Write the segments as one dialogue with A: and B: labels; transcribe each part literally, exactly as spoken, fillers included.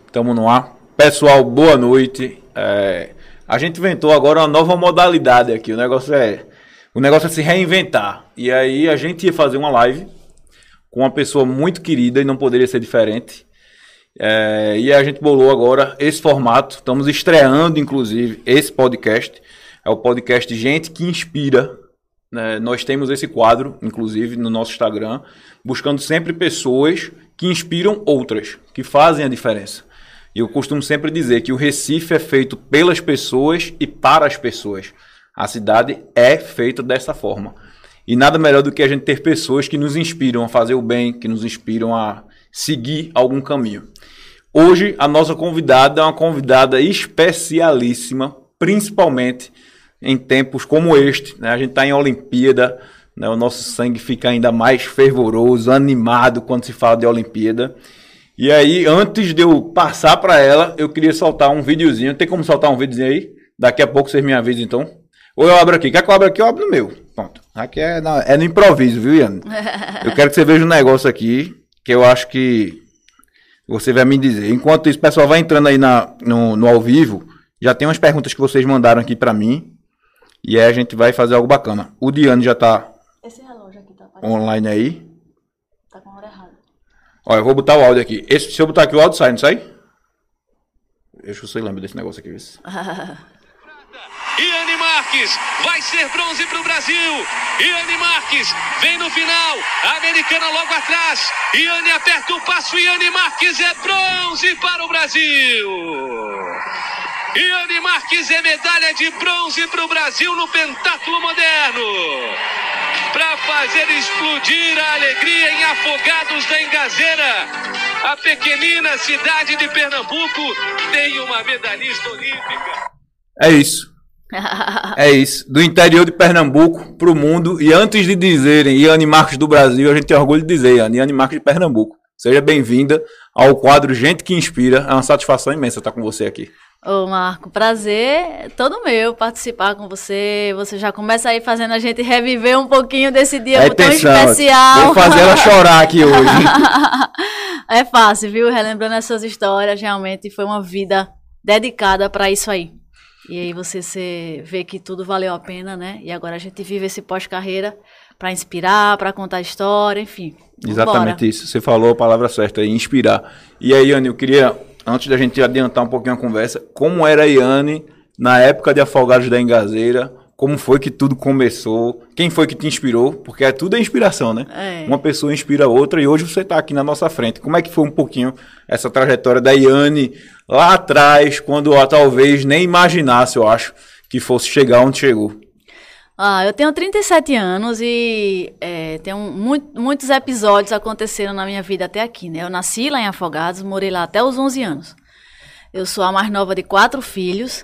A: Estamos no ar. Pessoal, boa noite. É, a gente inventou agora uma nova modalidade aqui. O negócio é, o negócio é se reinventar. E aí a gente ia fazer uma live com uma pessoa muito querida e não poderia ser diferente. É, e a gente bolou agora esse formato. Estamos estreando, inclusive, esse podcast. É o podcast Gente que Inspira. É, nós temos esse quadro, inclusive, no nosso Instagram, buscando sempre pessoas que inspiram outras, que fazem a diferença. E eu costumo sempre dizer que o Recife é feito pelas pessoas e para as pessoas. A cidade é feita dessa forma. E nada melhor do que a gente ter pessoas que nos inspiram a fazer o bem, que nos inspiram a seguir algum caminho. Hoje, a nossa convidada é uma convidada especialíssima, principalmente em tempos como este, né? A gente está em Olimpíada, né? O nosso sangue fica ainda mais fervoroso, animado quando se fala de Olimpíada. E aí, antes de eu passar para ela, eu queria soltar um videozinho. Tem como soltar um videozinho aí? Daqui a pouco vocês me avisam, então. Ou eu abro aqui. Quer que eu abra aqui? Eu abro no meu. Pronto. Aqui é, na, é no improviso, viu, Ian? Eu quero que você veja um negócio aqui, que eu acho que você vai me dizer. Enquanto isso, o pessoal vai entrando aí na, no, no ao vivo, já tem umas perguntas que vocês mandaram aqui para mim. E aí a gente vai fazer algo bacana. O Diane já tá
B: Esse relógio aqui tá aparecendo.
A: Online aí.
B: Tá com a hora errada.
A: Ó, eu vou botar o áudio aqui. Esse, se eu botar aqui o áudio, sai, não sai? Deixa eu ver se eu lembro desse negócio aqui.
C: Iane Marques vai ser bronze para o Brasil. Iane Marques vem no final. A americana logo atrás. Iane aperta o passo. Iane Marques é bronze para o Brasil. Iane Marques é medalha de bronze para o Brasil no pentatlo moderno. Para fazer explodir a alegria em Afogados da Engazeira. A pequenina cidade de Pernambuco tem uma medalhista olímpica.
A: É isso. É isso. Do interior de Pernambuco para o mundo. E antes de dizerem Iane Marques do Brasil, a gente tem orgulho de dizer, Iane, Iane Marques de Pernambuco. Seja bem-vinda ao quadro Gente que Inspira. É uma satisfação imensa estar com você aqui.
B: Ô Marco, prazer todo meu participar com você. Você já começa aí fazendo a gente reviver um pouquinho desse dia é tão atenção, especial.
A: Vou fazer ela chorar aqui hoje.
B: É fácil, viu? Relembrando essas histórias, realmente foi uma vida dedicada para isso aí. E aí você se vê que tudo valeu a pena, né? E agora a gente vive esse pós-carreira para inspirar, para contar história, enfim.
A: Exatamente
B: embora.
A: Isso. Você falou a palavra certa, inspirar. E aí, Iane, eu queria, antes da gente adiantar um pouquinho a conversa, como era a Iane na época de Afogados da Engazeira? Como foi que tudo começou? Quem foi que te inspirou? Porque é tudo é inspiração, né?
B: É.
A: Uma pessoa inspira a outra e hoje você está aqui na nossa frente. Como é que foi um pouquinho essa trajetória da Iane lá atrás, quando ó, talvez nem imaginasse, eu acho, que fosse chegar onde chegou?
B: Ah, eu tenho trinta e sete anos e é, tem um, muito, muitos episódios aconteceram na minha vida até aqui, né? Eu nasci lá em Afogados, morei lá até os onze anos. Eu sou a mais nova de quatro filhos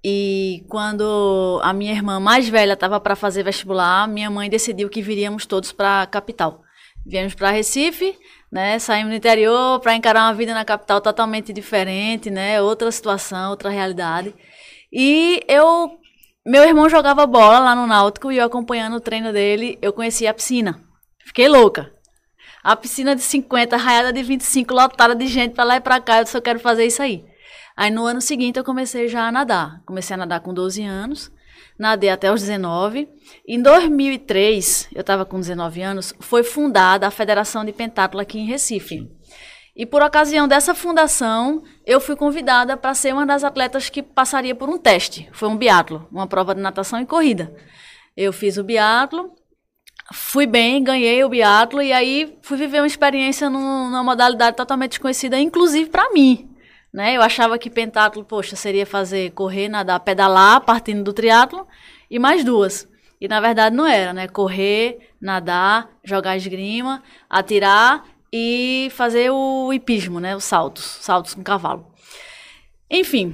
B: e quando a minha irmã mais velha estava para fazer vestibular, minha mãe decidiu que viríamos todos para a capital. Viemos para Recife, né? Saímos do interior para encarar uma vida na capital totalmente diferente, né? Outra situação, outra realidade. E eu... Meu irmão jogava bola lá no Náutico e eu acompanhando o treino dele, eu conheci a piscina. Fiquei louca. A piscina de cinquenta, raiada de vinte e cinco, lotada de gente pra lá e pra cá, eu só quero fazer isso aí. Aí no ano seguinte eu comecei já a nadar. Comecei a nadar com doze anos, nadei até os dezenove. Em dois mil e três, eu estava com dezenove anos, foi fundada a Federação de Pentatlo aqui em Recife. E por ocasião dessa fundação, eu fui convidada para ser uma das atletas que passaria por um teste. Foi um biatlo, uma prova de natação e corrida. Eu fiz o biatlo, fui bem, ganhei o biatlo e aí fui viver uma experiência num, numa modalidade totalmente desconhecida, inclusive para mim. Né? Eu achava que pentatlo, poxa, seria fazer correr, nadar, pedalar, partindo do triatlo e mais duas. E na verdade não era, né? Correr, nadar, jogar esgrima, atirar e fazer o hipismo, né? Os saltos, saltos com cavalo. Enfim,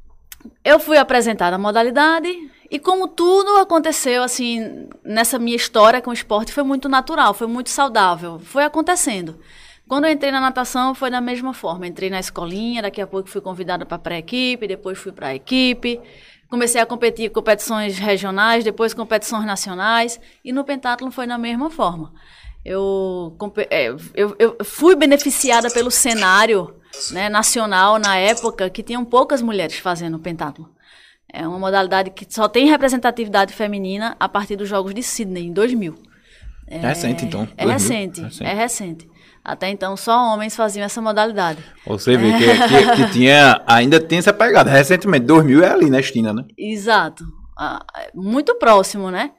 B: eu fui apresentada a modalidade e como tudo aconteceu, assim, nessa minha história com o esporte, foi muito natural, foi muito saudável, foi acontecendo. Quando eu entrei na natação, foi da mesma forma. Entrei na escolinha, daqui a pouco fui convidada para a pré-equipe, depois fui para a equipe, comecei a competir em competições regionais, depois competições nacionais, e no pentatlo foi da mesma forma. Eu, eu, eu fui beneficiada pelo cenário, né, nacional na época que tinham poucas mulheres fazendo pentatlo. É uma modalidade que só tem representatividade feminina a partir dos Jogos de Sydney, em dois mil.
A: É, é recente, então.
B: É recente, recente, é recente. Até então, só homens faziam essa modalidade.
A: Você vê que, que, que tinha, ainda tem essa pegada. Recentemente, dois mil é ali na China, né?
B: Exato. Ah, muito próximo, né?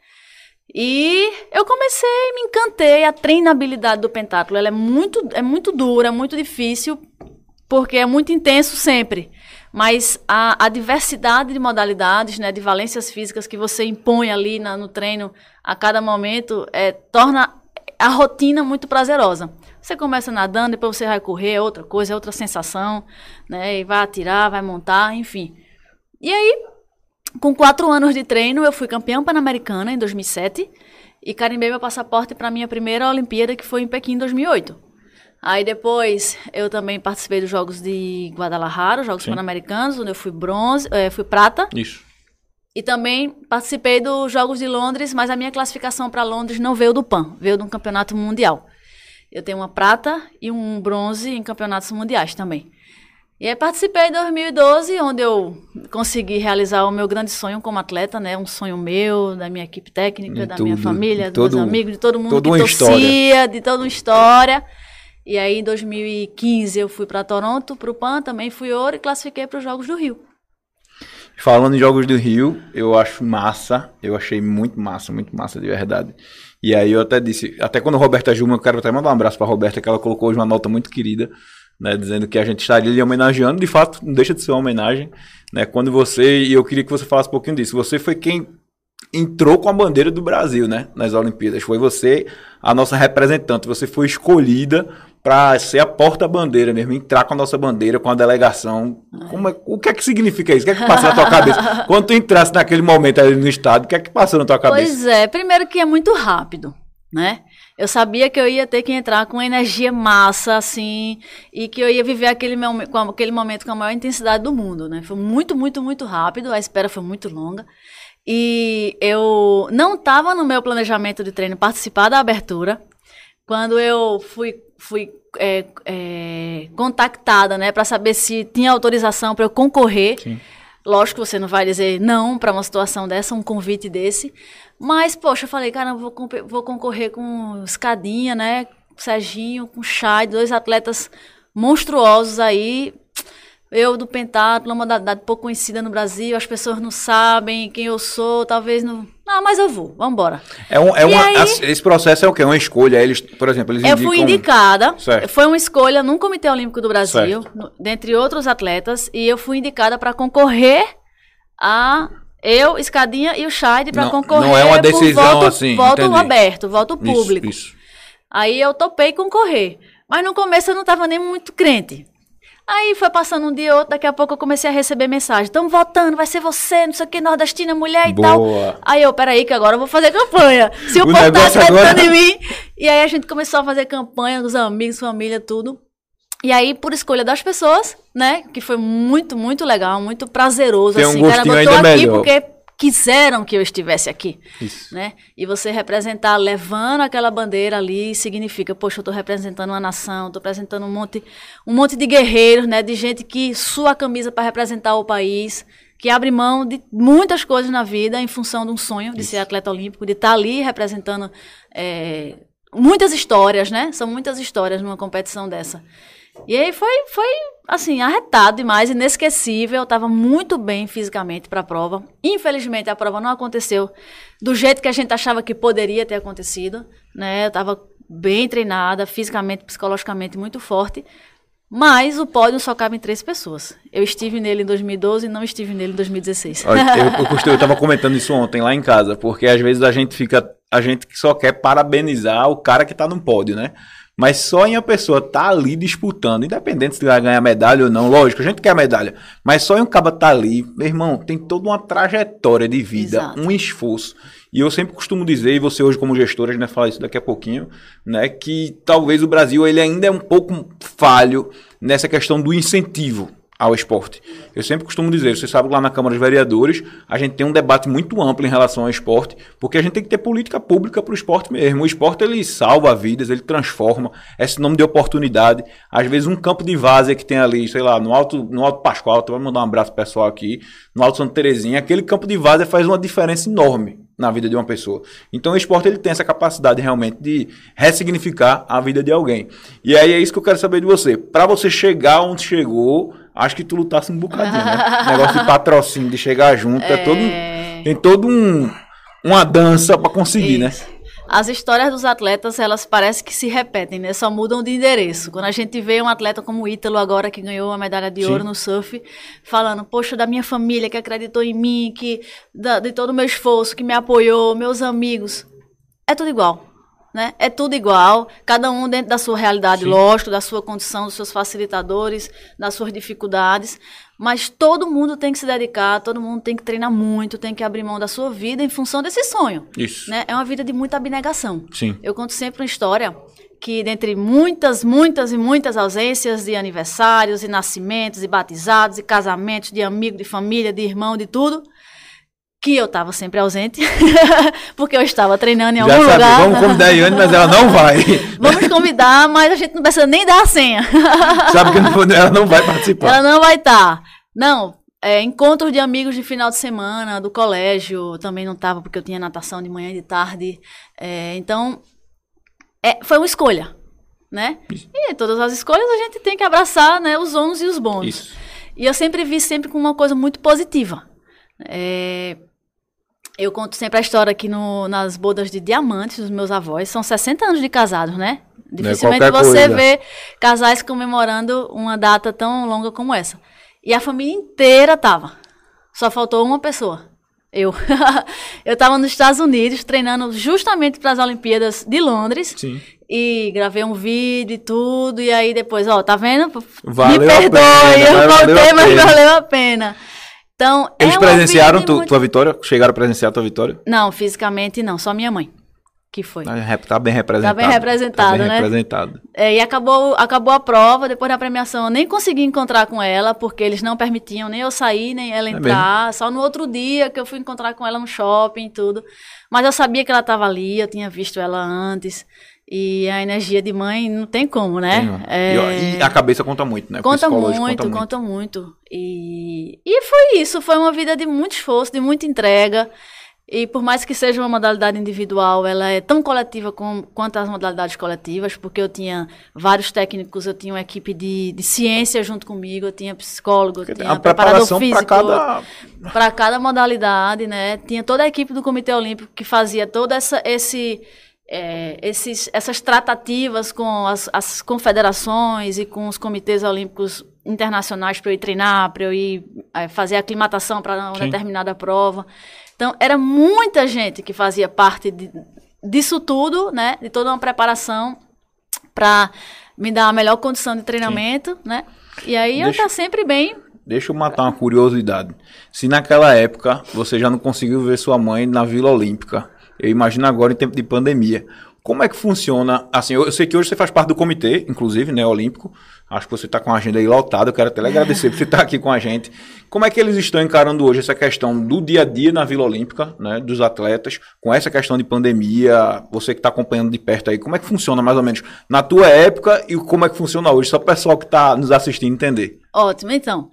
B: E eu comecei, me encantei. A treinabilidade do pentatlo, ela é muito, é muito dura, é muito difícil, porque é muito intenso sempre. Mas a, a diversidade de modalidades, né, de valências físicas que você impõe ali na, no treino a cada momento, é, torna a rotina muito prazerosa. Você começa nadando, depois você vai correr, é outra coisa, é outra sensação, né? E vai atirar, vai montar, enfim. E aí, com quatro anos de treino, eu fui campeã pan-americana em dois mil e sete e carimbei meu passaporte para a minha primeira Olimpíada, que foi em Pequim em dois mil e oito. Aí depois, eu também participei dos Jogos de Guadalajara, os Jogos Sim. Pan-Americanos, onde eu fui bronze, é, fui prata.
A: Isso.
B: E também participei dos Jogos de Londres, mas a minha classificação para Londres não veio do Pan, veio de um campeonato mundial. Eu tenho uma prata e um bronze em campeonatos mundiais também. E aí participei em dois mil e doze, onde eu consegui realizar o meu grande sonho como atleta, né? Um sonho meu, da minha equipe técnica, e da tudo, minha família, dos meus amigos, de todo mundo que torcia, história. de toda uma história. E aí em dois mil e quinze eu fui para Toronto, para o Pan, também fui ouro e classifiquei para os Jogos do Rio.
A: Falando em Jogos do Rio, eu acho massa, eu achei muito massa, muito massa de verdade. E aí eu até disse, até quando a Roberta Juma, eu quero até mandar um abraço para a Roberta, que ela colocou hoje uma nota muito querida, né, dizendo que a gente estaria lhe homenageando, de fato, não deixa de ser uma homenagem, né, quando você, e eu queria que você falasse um pouquinho disso, você foi quem entrou com a bandeira do Brasil, né, nas Olimpíadas, foi você a nossa representante, você foi escolhida para ser a porta-bandeira mesmo, entrar com a nossa bandeira, com a delegação. Como é, o que é que significa isso? O que é que passa na tua cabeça? Quando tu entrasse naquele momento ali no estádio, o que é que passou na tua cabeça?
B: Pois é, primeiro que é muito rápido, né? Eu sabia que eu ia ter que entrar com energia massa, assim, e que eu ia viver aquele, meu, com aquele momento com a maior intensidade do mundo, né? Foi muito, muito, muito rápido, a espera foi muito longa. E eu não estava no meu planejamento de treino participar da abertura. Quando eu fui, fui é, é, contactada, né, para saber se tinha autorização para eu concorrer, Sim. Lógico que você não vai dizer não para uma situação dessa, um convite desse, mas, poxa, eu falei, cara, eu vou, vou concorrer com Escadinha, né, com Serginho, com Chay, dois atletas monstruosos aí. Eu do pentatlo, uma modalidade pouco conhecida no Brasil, as pessoas não sabem quem eu sou, talvez não... Não, mas eu vou, vamos embora.
A: É um, é uma, aí, esse processo é o quê? Uma escolha? Eles, por exemplo, eles
B: eu indicam... fui indicada,
A: certo.
B: Foi uma escolha num Comitê Olímpico do Brasil, no, dentre outros atletas, e eu fui indicada para concorrer a... Eu, Escadinha e o Chay para concorrer.
A: Não é uma decisão
B: voto,
A: assim,
B: voto aberto, voto público.
A: Isso, isso.
B: Aí eu topei concorrer, mas no começo eu não estava nem muito crente. Aí foi passando um dia ou outro, daqui a pouco eu comecei a receber mensagem. Estamos votando, vai ser você, não sei o que, nordestina, mulher e
A: Boa.
B: tal. Aí eu, peraí, que agora eu vou fazer campanha. Se o, o povo tá acreditando agora... em mim. E aí a gente começou a fazer campanha, os amigos, família, tudo. E aí, por escolha das pessoas, né, que foi muito, muito legal, muito prazeroso.
A: Tem um
B: assim,
A: gostinho
B: cara, eu
A: ainda
B: tô aqui
A: melhor.
B: porque quiseram que eu estivesse aqui,
A: Isso.
B: né? E você representar, levando aquela bandeira ali, significa, poxa, eu estou representando uma nação, estou representando um monte, um monte de guerreiros, né? De gente que sua a camisa para representar o país, que abre mão de muitas coisas na vida em função de um sonho de Isso. ser atleta olímpico, de estar ali representando é, muitas histórias, né? São muitas histórias numa competição dessa. E aí foi, foi assim, arretado demais, inesquecível. Eu estava muito bem fisicamente para a prova. Infelizmente, a prova não aconteceu do jeito que a gente achava que poderia ter acontecido, né? Eu estava bem treinada, fisicamente, psicologicamente muito forte. Mas o pódio só cabe em três pessoas. Eu estive nele em dois mil e doze e não estive nele em dois mil e dezesseis.
A: Olha, eu, eu estava comentando isso ontem lá em casa, porque às vezes a gente fica, a gente só quer parabenizar o cara que está no pódio, né? Mas só em a pessoa estar tá ali disputando, independente se vai ganhar medalha ou não, lógico, a gente quer medalha, mas só em um cara estar tá ali, meu irmão, tem toda uma trajetória de vida, Exato. um esforço. E eu sempre costumo dizer, e você hoje como gestora, a gente vai falar isso daqui a pouquinho, né, que talvez o Brasil ele ainda é um pouco falho nessa questão do incentivo ao esporte. Eu sempre costumo dizer, você sabe que lá na Câmara dos Vereadores, a gente tem um debate muito amplo em relação ao esporte, porque a gente tem que ter política pública para o esporte mesmo. O esporte, ele salva vidas, ele transforma, é sinônimo de oportunidade. Às vezes um campo de várzea que tem ali, sei lá, no Alto, no Alto Pascoal, então vou mandar um abraço pessoal aqui, no Alto Santa Terezinha, aquele campo de várzea faz uma diferença enorme na vida de uma pessoa. Então o esporte, ele tem essa capacidade realmente de ressignificar a vida de alguém. E aí é isso que eu quero saber de você. Para você chegar onde chegou, acho que tu lutasse um bocadinho, né? Negócio de patrocínio, de chegar junto, é... É todo, tem todo um, uma dança para conseguir, isso, né?
B: As histórias dos atletas, elas parecem que se repetem, né? Só mudam de endereço. Quando a gente vê um atleta como o Ítalo agora, que ganhou a medalha de Sim. ouro no surf, falando, poxa, da minha família, que acreditou em mim, que da, de todo o meu esforço, que me apoiou, meus amigos. É tudo igual, né? É tudo igual, cada um dentro da sua realidade, Sim. lógico, da sua condição, dos seus facilitadores, das suas dificuldades. Mas todo mundo tem que se dedicar, todo mundo tem que treinar muito, tem que abrir mão da sua vida em função desse sonho.
A: Isso.
B: Né? É uma vida de muita abnegação.
A: Sim.
B: Eu conto sempre uma história que, dentre muitas, muitas e muitas ausências de aniversários, e nascimentos, e batizados, e casamentos, de amigo, de família, de irmão, de tudo, que eu estava sempre ausente, porque eu estava treinando em
A: Já
B: algum
A: sabe,
B: lugar.
A: Vamos convidar a Iane, mas ela não vai.
B: Vamos convidar, mas a gente não precisa nem dar a senha.
A: Sabe que ela não vai participar.
B: Ela não vai estar. Não, é, encontros de amigos de final de semana, do colégio, também não estava, porque eu tinha natação de manhã e de tarde. É, então, é, foi uma escolha, né? Isso. E todas as escolhas a gente tem que abraçar, né, os ônus e os bônus.
A: Isso.
B: E eu sempre vi sempre com uma coisa muito positiva. É... Eu conto sempre a história aqui no, nas bodas de diamantes dos meus avós. São sessenta anos de casados, né? Dificilmente
A: é
B: você
A: coisa.
B: vê casais comemorando uma data tão longa como essa. E a família inteira tava. Só faltou uma pessoa. Eu. Eu tava nos Estados Unidos treinando justamente para as Olimpíadas de Londres.
A: Sim.
B: E gravei um vídeo e tudo. E aí depois, ó, tá vendo?
A: Valeu
B: Me perdoe,
A: pena,
B: eu voltei, mas valeu a pena. Então,
A: Eles
B: é
A: presenciaram tu,
B: muito...
A: tua vitória? Chegaram a presenciar tua vitória?
B: Não, fisicamente não, só minha mãe, que foi.
A: Tá bem representado.
B: Tá bem representado,
A: tá bem
B: né?
A: representado.
B: É, e acabou, acabou a prova, depois da premiação eu nem consegui encontrar com ela, porque eles não permitiam nem eu sair, nem ela entrar, é só no outro dia que eu fui encontrar com ela no shopping e tudo. Mas eu sabia que ela estava ali, eu tinha visto ela antes. E a energia de mãe não tem como, né?
A: É... E a cabeça conta muito, né?
B: Conta muito,
A: conta muito,
B: conta muito. E, e foi isso, foi uma vida de muito esforço, de muita entrega. E por mais que seja uma modalidade individual, ela é tão coletiva com, quanto as modalidades coletivas, porque eu tinha vários técnicos, eu tinha uma equipe de, de ciência junto comigo, eu tinha psicólogo, eu tinha preparador físico para cada... para cada modalidade, né? Tinha toda a equipe do Comitê Olímpico que fazia todo essa, esse... É, esses, essas tratativas com as, as confederações e com os comitês olímpicos internacionais para eu ir treinar, para eu ir é, fazer aclimatação para uma Sim. determinada prova. Então, era muita gente que fazia parte de, disso tudo, né? De toda uma preparação para me dar a melhor condição de treinamento, Sim. né? E aí Deixa... eu estar sempre bem.
A: Deixa eu matar uma curiosidade. Se naquela época você já não conseguiu ver sua mãe na Vila Olímpica, eu imagino agora em tempo de pandemia. Como é que funciona? Assim, eu, eu sei que hoje você faz parte do comitê, inclusive, né, olímpico. Acho que você está com a agenda aí lotada. Eu quero até lhe agradecer por você estar aqui com a gente. Como é que eles estão encarando hoje essa questão do dia a dia na Vila Olímpica, né, dos atletas, com essa questão de pandemia? Você que está acompanhando de perto aí, como é que funciona mais ou menos na tua época e como é que funciona hoje? Só para o pessoal que está nos assistindo entender.
B: Ótimo, então.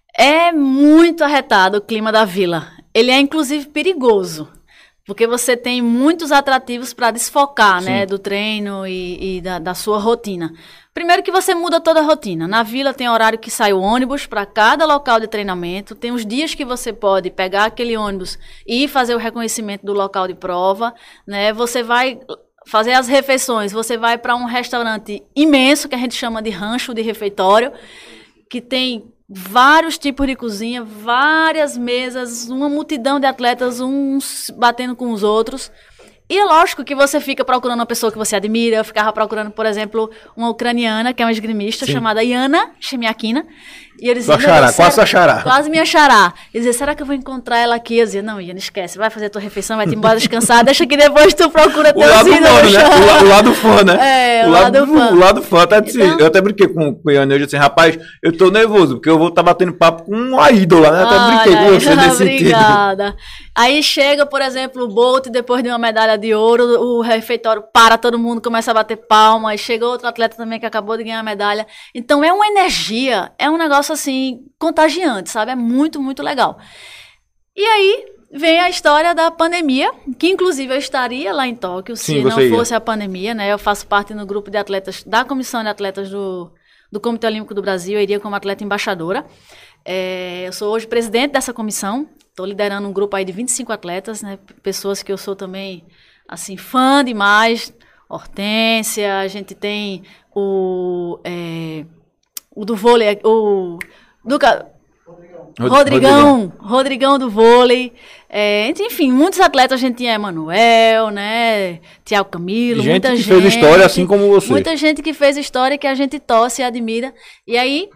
B: É muito arretado o clima da Vila. Ele é, inclusive, perigoso. Porque você tem muitos atrativos para desfocar, Sim. né, do treino e, e da, da sua rotina. Primeiro que você muda toda a rotina. Na Vila tem horário que sai o ônibus para cada local de treinamento. Tem os dias que você pode pegar aquele ônibus e fazer o reconhecimento do local de prova, né? Você vai fazer as refeições, você vai para um restaurante imenso, que a gente chama de rancho de refeitório, que tem vários tipos de cozinha, várias mesas, uma multidão de atletas, uns batendo com os outros. E é lógico que você fica procurando uma pessoa que você admira. Eu ficava procurando, por exemplo, uma ucraniana, que é uma esgrimista, Sim. chamada Yana Shemiakina. E ele dizia,
A: sua xará,
B: Deus,
A: quase sua xará.
B: Quase minha xará. Ele dizia, será que eu vou encontrar ela aqui? Eu dizia, não, Ian, esquece, vai fazer a tua refeição, vai te embora descansar, deixa que depois tu procura
A: teu ídolo. Né? O, la, o lado fã, né?
B: É,
A: o,
B: o lado,
A: lado
B: fã.
A: O lado fã, até disse,
B: então,
A: eu até brinquei com, com o Ian, eu disse assim, rapaz, eu tô nervoso, porque eu vou estar tá batendo papo com uma ídola, né? Eu até
B: ai,
A: brinquei
B: ai,
A: com você nesse
B: obrigada.
A: sentido.
B: Aí chega, por exemplo, o Bolt, depois de uma medalha de ouro, o refeitório para, todo mundo começa a bater palma, aí chega outro atleta também que acabou de ganhar a medalha. Então é uma energia, é um negócio assim, contagiante, sabe? É muito, muito legal. E aí vem a história da pandemia, que inclusive eu estaria lá em Tóquio,
A: Sim,
B: se não
A: ia.
B: fosse a pandemia, né? Eu faço parte no grupo de atletas, da comissão de atletas do, do Comitê Olímpico do Brasil, eu iria como atleta embaixadora. É, eu sou hoje presidente dessa comissão, estou liderando um grupo aí de vinte e cinco atletas, né? Pessoas que eu sou também, assim, fã demais. Hortência, a gente tem o, é, o do vôlei, o do, Rodrigão. Rodrigão, Rodrigão do vôlei, é, enfim, muitos atletas, a gente tinha Emanuel, né, Thiago Camilo,
A: gente
B: muita
A: que
B: gente.
A: fez história assim como você.
B: Muita gente que fez história que a gente torce e admira. E aí,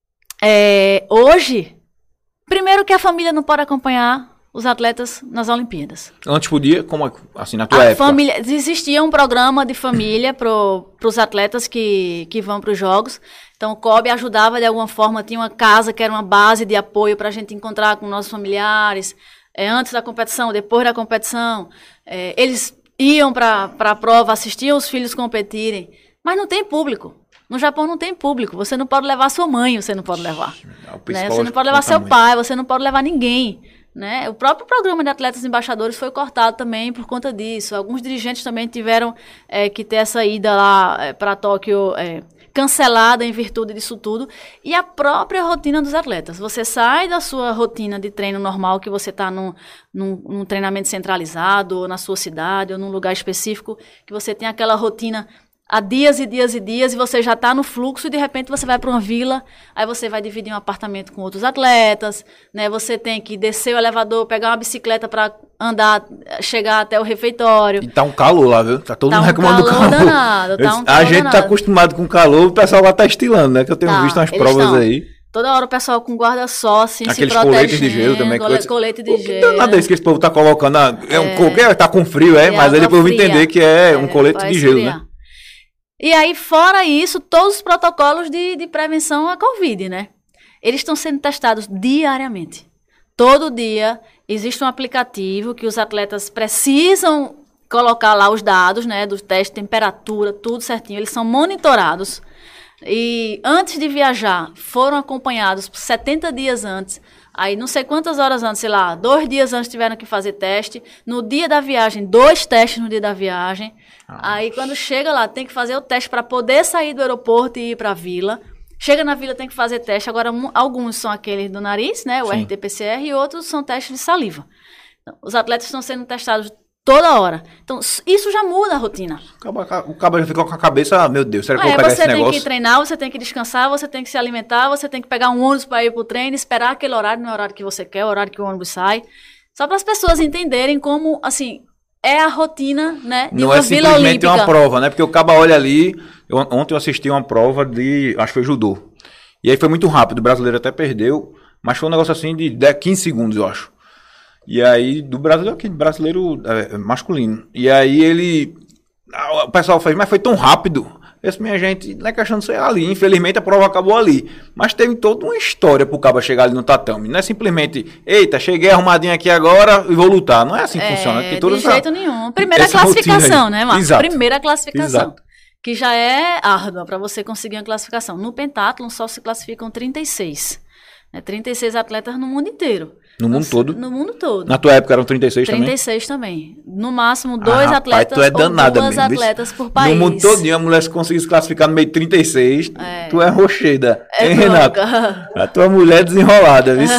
B: é, hoje, primeiro que a família não pode acompanhar os atletas nas Olimpíadas.
A: Antes podia, como assim, na tua
B: a
A: época?
B: Família, existia um programa de família para os atletas que, que vão para os Jogos. Então, o C O B ajudava de alguma forma, tinha uma casa que era uma base de apoio para a gente encontrar com nossos familiares, é, antes da competição, depois da competição. É, eles iam para a prova, assistiam os filhos competirem, mas não tem público. No Japão não tem público, você não pode levar sua mãe, você não pode levar. Né? Você não pode levar seu pai, você não pode levar ninguém. Né? O próprio programa de atletas embaixadores foi cortado também por conta disso. Alguns dirigentes também tiveram é, que ter essa ida lá é, para Tóquio é, cancelada em virtude disso tudo. E a própria rotina dos atletas. Você sai da sua rotina de treino normal, que você está num, num, num treinamento centralizado, ou na sua cidade, ou num lugar específico, que você tem aquela rotina há dias e dias e dias, e você já está no fluxo, e de repente você vai para uma vila, aí você vai dividir um apartamento com outros atletas, né? Você tem que descer o elevador, pegar uma bicicleta para andar, chegar até o refeitório.
A: E tá um calor lá, viu? Tá todo
B: tá
A: mundo
B: um
A: reclamando do calor.
B: Danado, tá um calor
A: a gente
B: danado.
A: tá acostumado com calor, o pessoal lá tá estilando, né? Que eu tenho
B: tá,
A: visto umas provas
B: tão.
A: aí.
B: Toda hora o pessoal com guarda-sol, assim,
A: aqueles
B: se protegendo.
A: coletes de gelo também.
B: Colete, colete de gelo.
A: Nada disso que esse povo tá colocando. É um é, tá com frio, é,
B: é
A: mas aí depois eu vou entender que é, é um colete de gelo,
B: esfriar.
A: né?
B: E aí, fora isso, todos os protocolos de, de prevenção à Covid, né? Eles estão sendo testados diariamente. Todo dia existe um aplicativo que os atletas precisam colocar lá os dados, né? Do teste, temperatura, tudo certinho. Eles são monitorados. E antes de viajar, foram acompanhados por setenta dias antes. Aí não sei quantas horas antes, sei lá, dois dias antes tiveram que fazer teste. No dia da viagem, dois testes no dia da viagem. Ah. Aí quando chega lá, tem que fazer o teste para poder sair do aeroporto e ir para a vila. Chega na vila, tem que fazer teste. Agora, um, alguns são aqueles do nariz, né, o Sim. R T P C R, e outros são testes de saliva. Então, os atletas estão sendo testados toda hora. Então, isso já muda a rotina.
A: O cabo já ficou com a cabeça, ah, meu Deus, será que
B: ah,
A: eu vou pegar
B: esse
A: negócio?
B: Você tem que treinar, você tem que descansar, você tem que se alimentar, você tem que pegar um ônibus para ir para o treino, esperar aquele horário, não é o horário que você quer, é o horário que o ônibus sai. Só para as pessoas entenderem como, assim, é a rotina, né, de
A: não
B: uma
A: é
B: vila olímpica.
A: simplesmente uma prova, né? Porque o cabo olha ali... Eu, ontem eu assisti uma prova de... Acho que foi judô. E aí foi muito rápido, o brasileiro até perdeu, mas foi um negócio assim de dez, quinze segundos, eu acho. E aí, do brasileiro, aquele brasileiro é, masculino. E aí ele... O pessoal fez, mas foi tão rápido. Esse, minha gente, não é questão de ser ali. Infelizmente, a prova acabou ali. Mas teve toda uma história pro cabo chegar ali no tatame. Não é simplesmente, eita, cheguei arrumadinho aqui agora e vou lutar. Não é assim que
B: é,
A: funciona. Tem
B: de
A: essa,
B: jeito nenhum. Primeira classificação, né, Marcos?
A: Exato.
B: Primeira classificação.
A: Exato.
B: Que já é árdua para você conseguir uma classificação. No pentátlon só se classificam trinta e seis. Né? trinta e seis atletas no mundo inteiro.
A: No mundo todo?
B: No mundo todo.
A: Na tua época eram trinta e seis também?
B: trinta e seis também. No máximo, dois
A: ah, rapaz,
B: atletas
A: tu é danada
B: ou duas
A: mesmo.
B: atletas por país.
A: No mundo todo, a mulher se conseguisse classificar no meio de trinta e seis, é. Tu é rocheda.
B: É,
A: hein, Renato? A tua mulher é desenrolada, viu?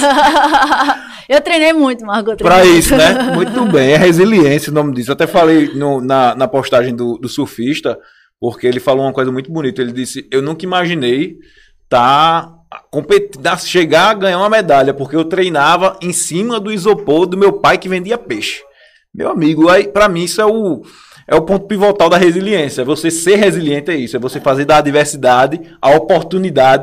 B: Eu treinei muito, Margot.
A: Pra isso, né? Muito bem. É resiliência o nome disso. Eu até falei no, na, na postagem do, do surfista, porque ele falou uma coisa muito bonita. Ele disse, eu nunca imaginei tá, competir, chegar a ganhar uma medalha, porque eu treinava em cima do isopor do meu pai que vendia peixe. Meu amigo, aí, pra mim isso é o, é o ponto pivotal da resiliência. Você ser resiliente é isso, é você fazer da adversidade a oportunidade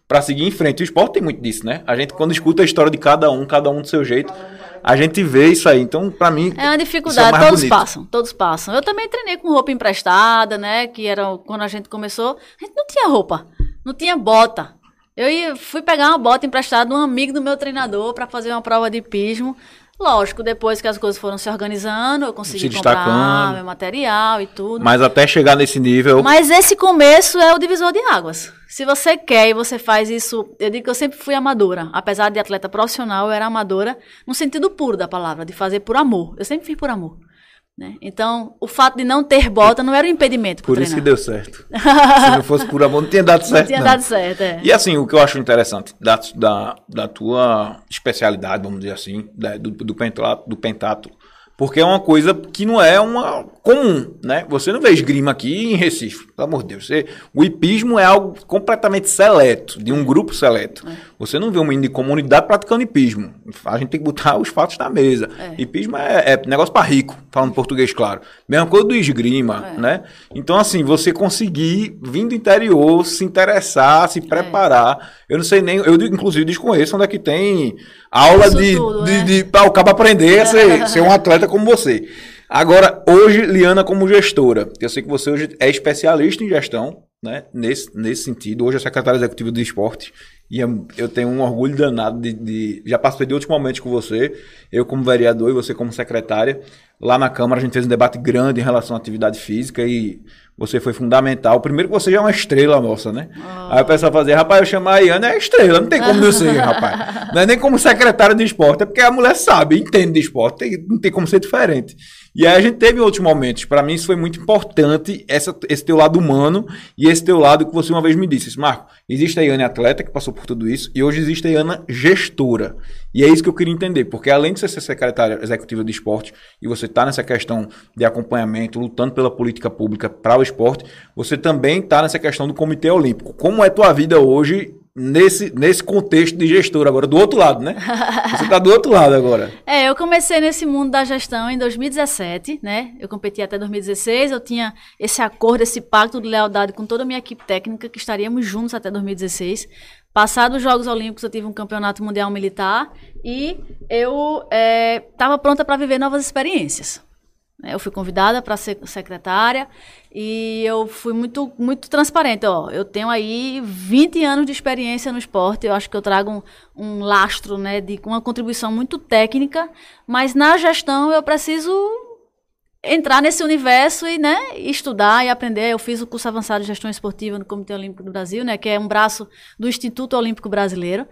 A: para seguir em frente. O esporte tem muito disso, né? A gente, quando escuta a história de cada um, cada um do seu jeito, a gente vê isso aí. Então, para mim,
B: é uma dificuldade,
A: é
B: todos
A: bonito.
B: passam, todos passam. Eu também treinei com roupa emprestada, né? Que era quando a gente começou, a gente não tinha roupa, não tinha bota. Eu ia, fui pegar uma bota emprestada de um amigo do meu treinador para fazer uma prova de hipismo. Lógico, depois que as coisas foram se organizando, eu consegui comprar meu material e tudo.
A: Mas até chegar nesse nível...
B: Mas esse começo é o divisor de águas. Se você quer e você faz isso... Eu digo que eu sempre fui amadora. Apesar de atleta profissional, eu era amadora no sentido puro da palavra, de fazer por amor. Eu sempre fiz por amor. Né? Então, o fato de não ter bota não era um impedimento para
A: Por
B: treinar.
A: isso que deu certo. Se não fosse por amor, não tinha dado certo.
B: Não tinha
A: não.
B: dado certo, é.
A: E assim, o que eu acho interessante da, da, da tua especialidade, vamos dizer assim, da, do, do, pentatlo, do pentatlo, porque é uma coisa que não é uma comum, né? Você não vê esgrima aqui em Recife, pelo amor de Deus. Você, o hipismo é algo completamente seleto, de um grupo seleto. É. Você não vê um menino de comunidade praticando hipismo. A gente tem que botar os fatos na mesa. É. Hipismo é, é negócio para rico, falando português, claro. Mesma coisa do esgrima, é. né? Então, assim, você conseguir vir do interior, se interessar, se preparar. É. Eu não sei nem... Eu, inclusive, desconheço onde é que tem aula Isso de... Tudo, de, né? de, de para o cabo aprender a ser, ser um atleta como você. Agora, hoje, Liana como gestora, eu sei que você hoje é especialista em gestão, né? Nesse, nesse sentido, hoje é secretária executiva do esporte, e eu tenho um orgulho danado de, de... Já participei de outros momentos com você, eu como vereador e você como secretária. Lá na Câmara a gente fez um debate grande em relação à atividade física e você foi fundamental. Primeiro que você já é uma estrela nossa, né? Oh. Aí o pessoal fazia, rapaz, eu chamar a Iana é estrela, não tem como não ser, rapaz. Não é nem como secretária de esporte, é porque a mulher sabe, entende de esporte, tem, não tem como ser diferente. E aí a gente teve outros momentos. Para mim isso foi muito importante, essa, esse teu lado humano e esse teu lado que você uma vez me disse. Marco, existe a Iana atleta que passou por tudo isso e hoje existe a Iana gestora. E é isso que eu queria entender, porque além de você ser secretária executiva de esporte e você tá nessa questão de acompanhamento, lutando pela política pública para o esporte, você também tá nessa questão do Comitê Olímpico. Como é tua vida hoje nesse, nesse contexto de gestor agora, do outro lado, né? Você tá do outro lado agora.
B: É, eu comecei nesse mundo da gestão em dois mil e dezessete, né? Eu competi até dois mil e dezesseis, eu tinha esse acordo, esse pacto de lealdade com toda a minha equipe técnica, que estaríamos juntos até dois mil e dezesseis. Passados os Jogos Olímpicos, eu tive um campeonato mundial militar e eu estava é, pronta para viver novas experiências. Eu fui convidada para ser secretária e eu fui muito, muito transparente. Ó, eu tenho aí vinte anos de experiência no esporte, eu acho que eu trago um, um lastro, né, de uma contribuição muito técnica, mas na gestão eu preciso entrar nesse universo e, né, estudar e aprender. Eu fiz o curso avançado de gestão esportiva no Comitê Olímpico do Brasil, né, que é um braço do Instituto Olímpico Brasileiro.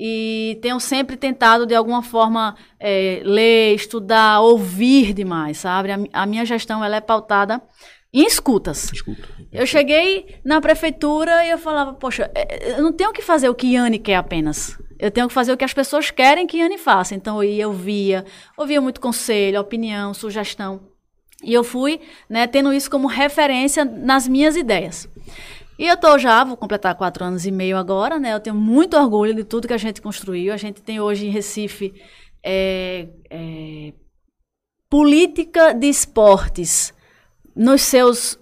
B: E tenho sempre tentado, de alguma forma, é, ler, estudar, ouvir demais, sabe? A, a minha gestão ela é pautada em escutas. Escuta. Eu cheguei na prefeitura e eu falava, poxa, eu não tenho que fazer o que Iane quer apenas. Eu tenho que fazer o que as pessoas querem que Iane faça. Então, eu ia, ouvia, ouvia muito conselho, opinião, sugestão. E eu fui, né, tendo isso como referência nas minhas ideias. E eu tô já, vou completar quatro anos e meio agora, né? Eu tenho muito orgulho de tudo que a gente construiu. A gente tem hoje em Recife é, é, política de esportes nos seus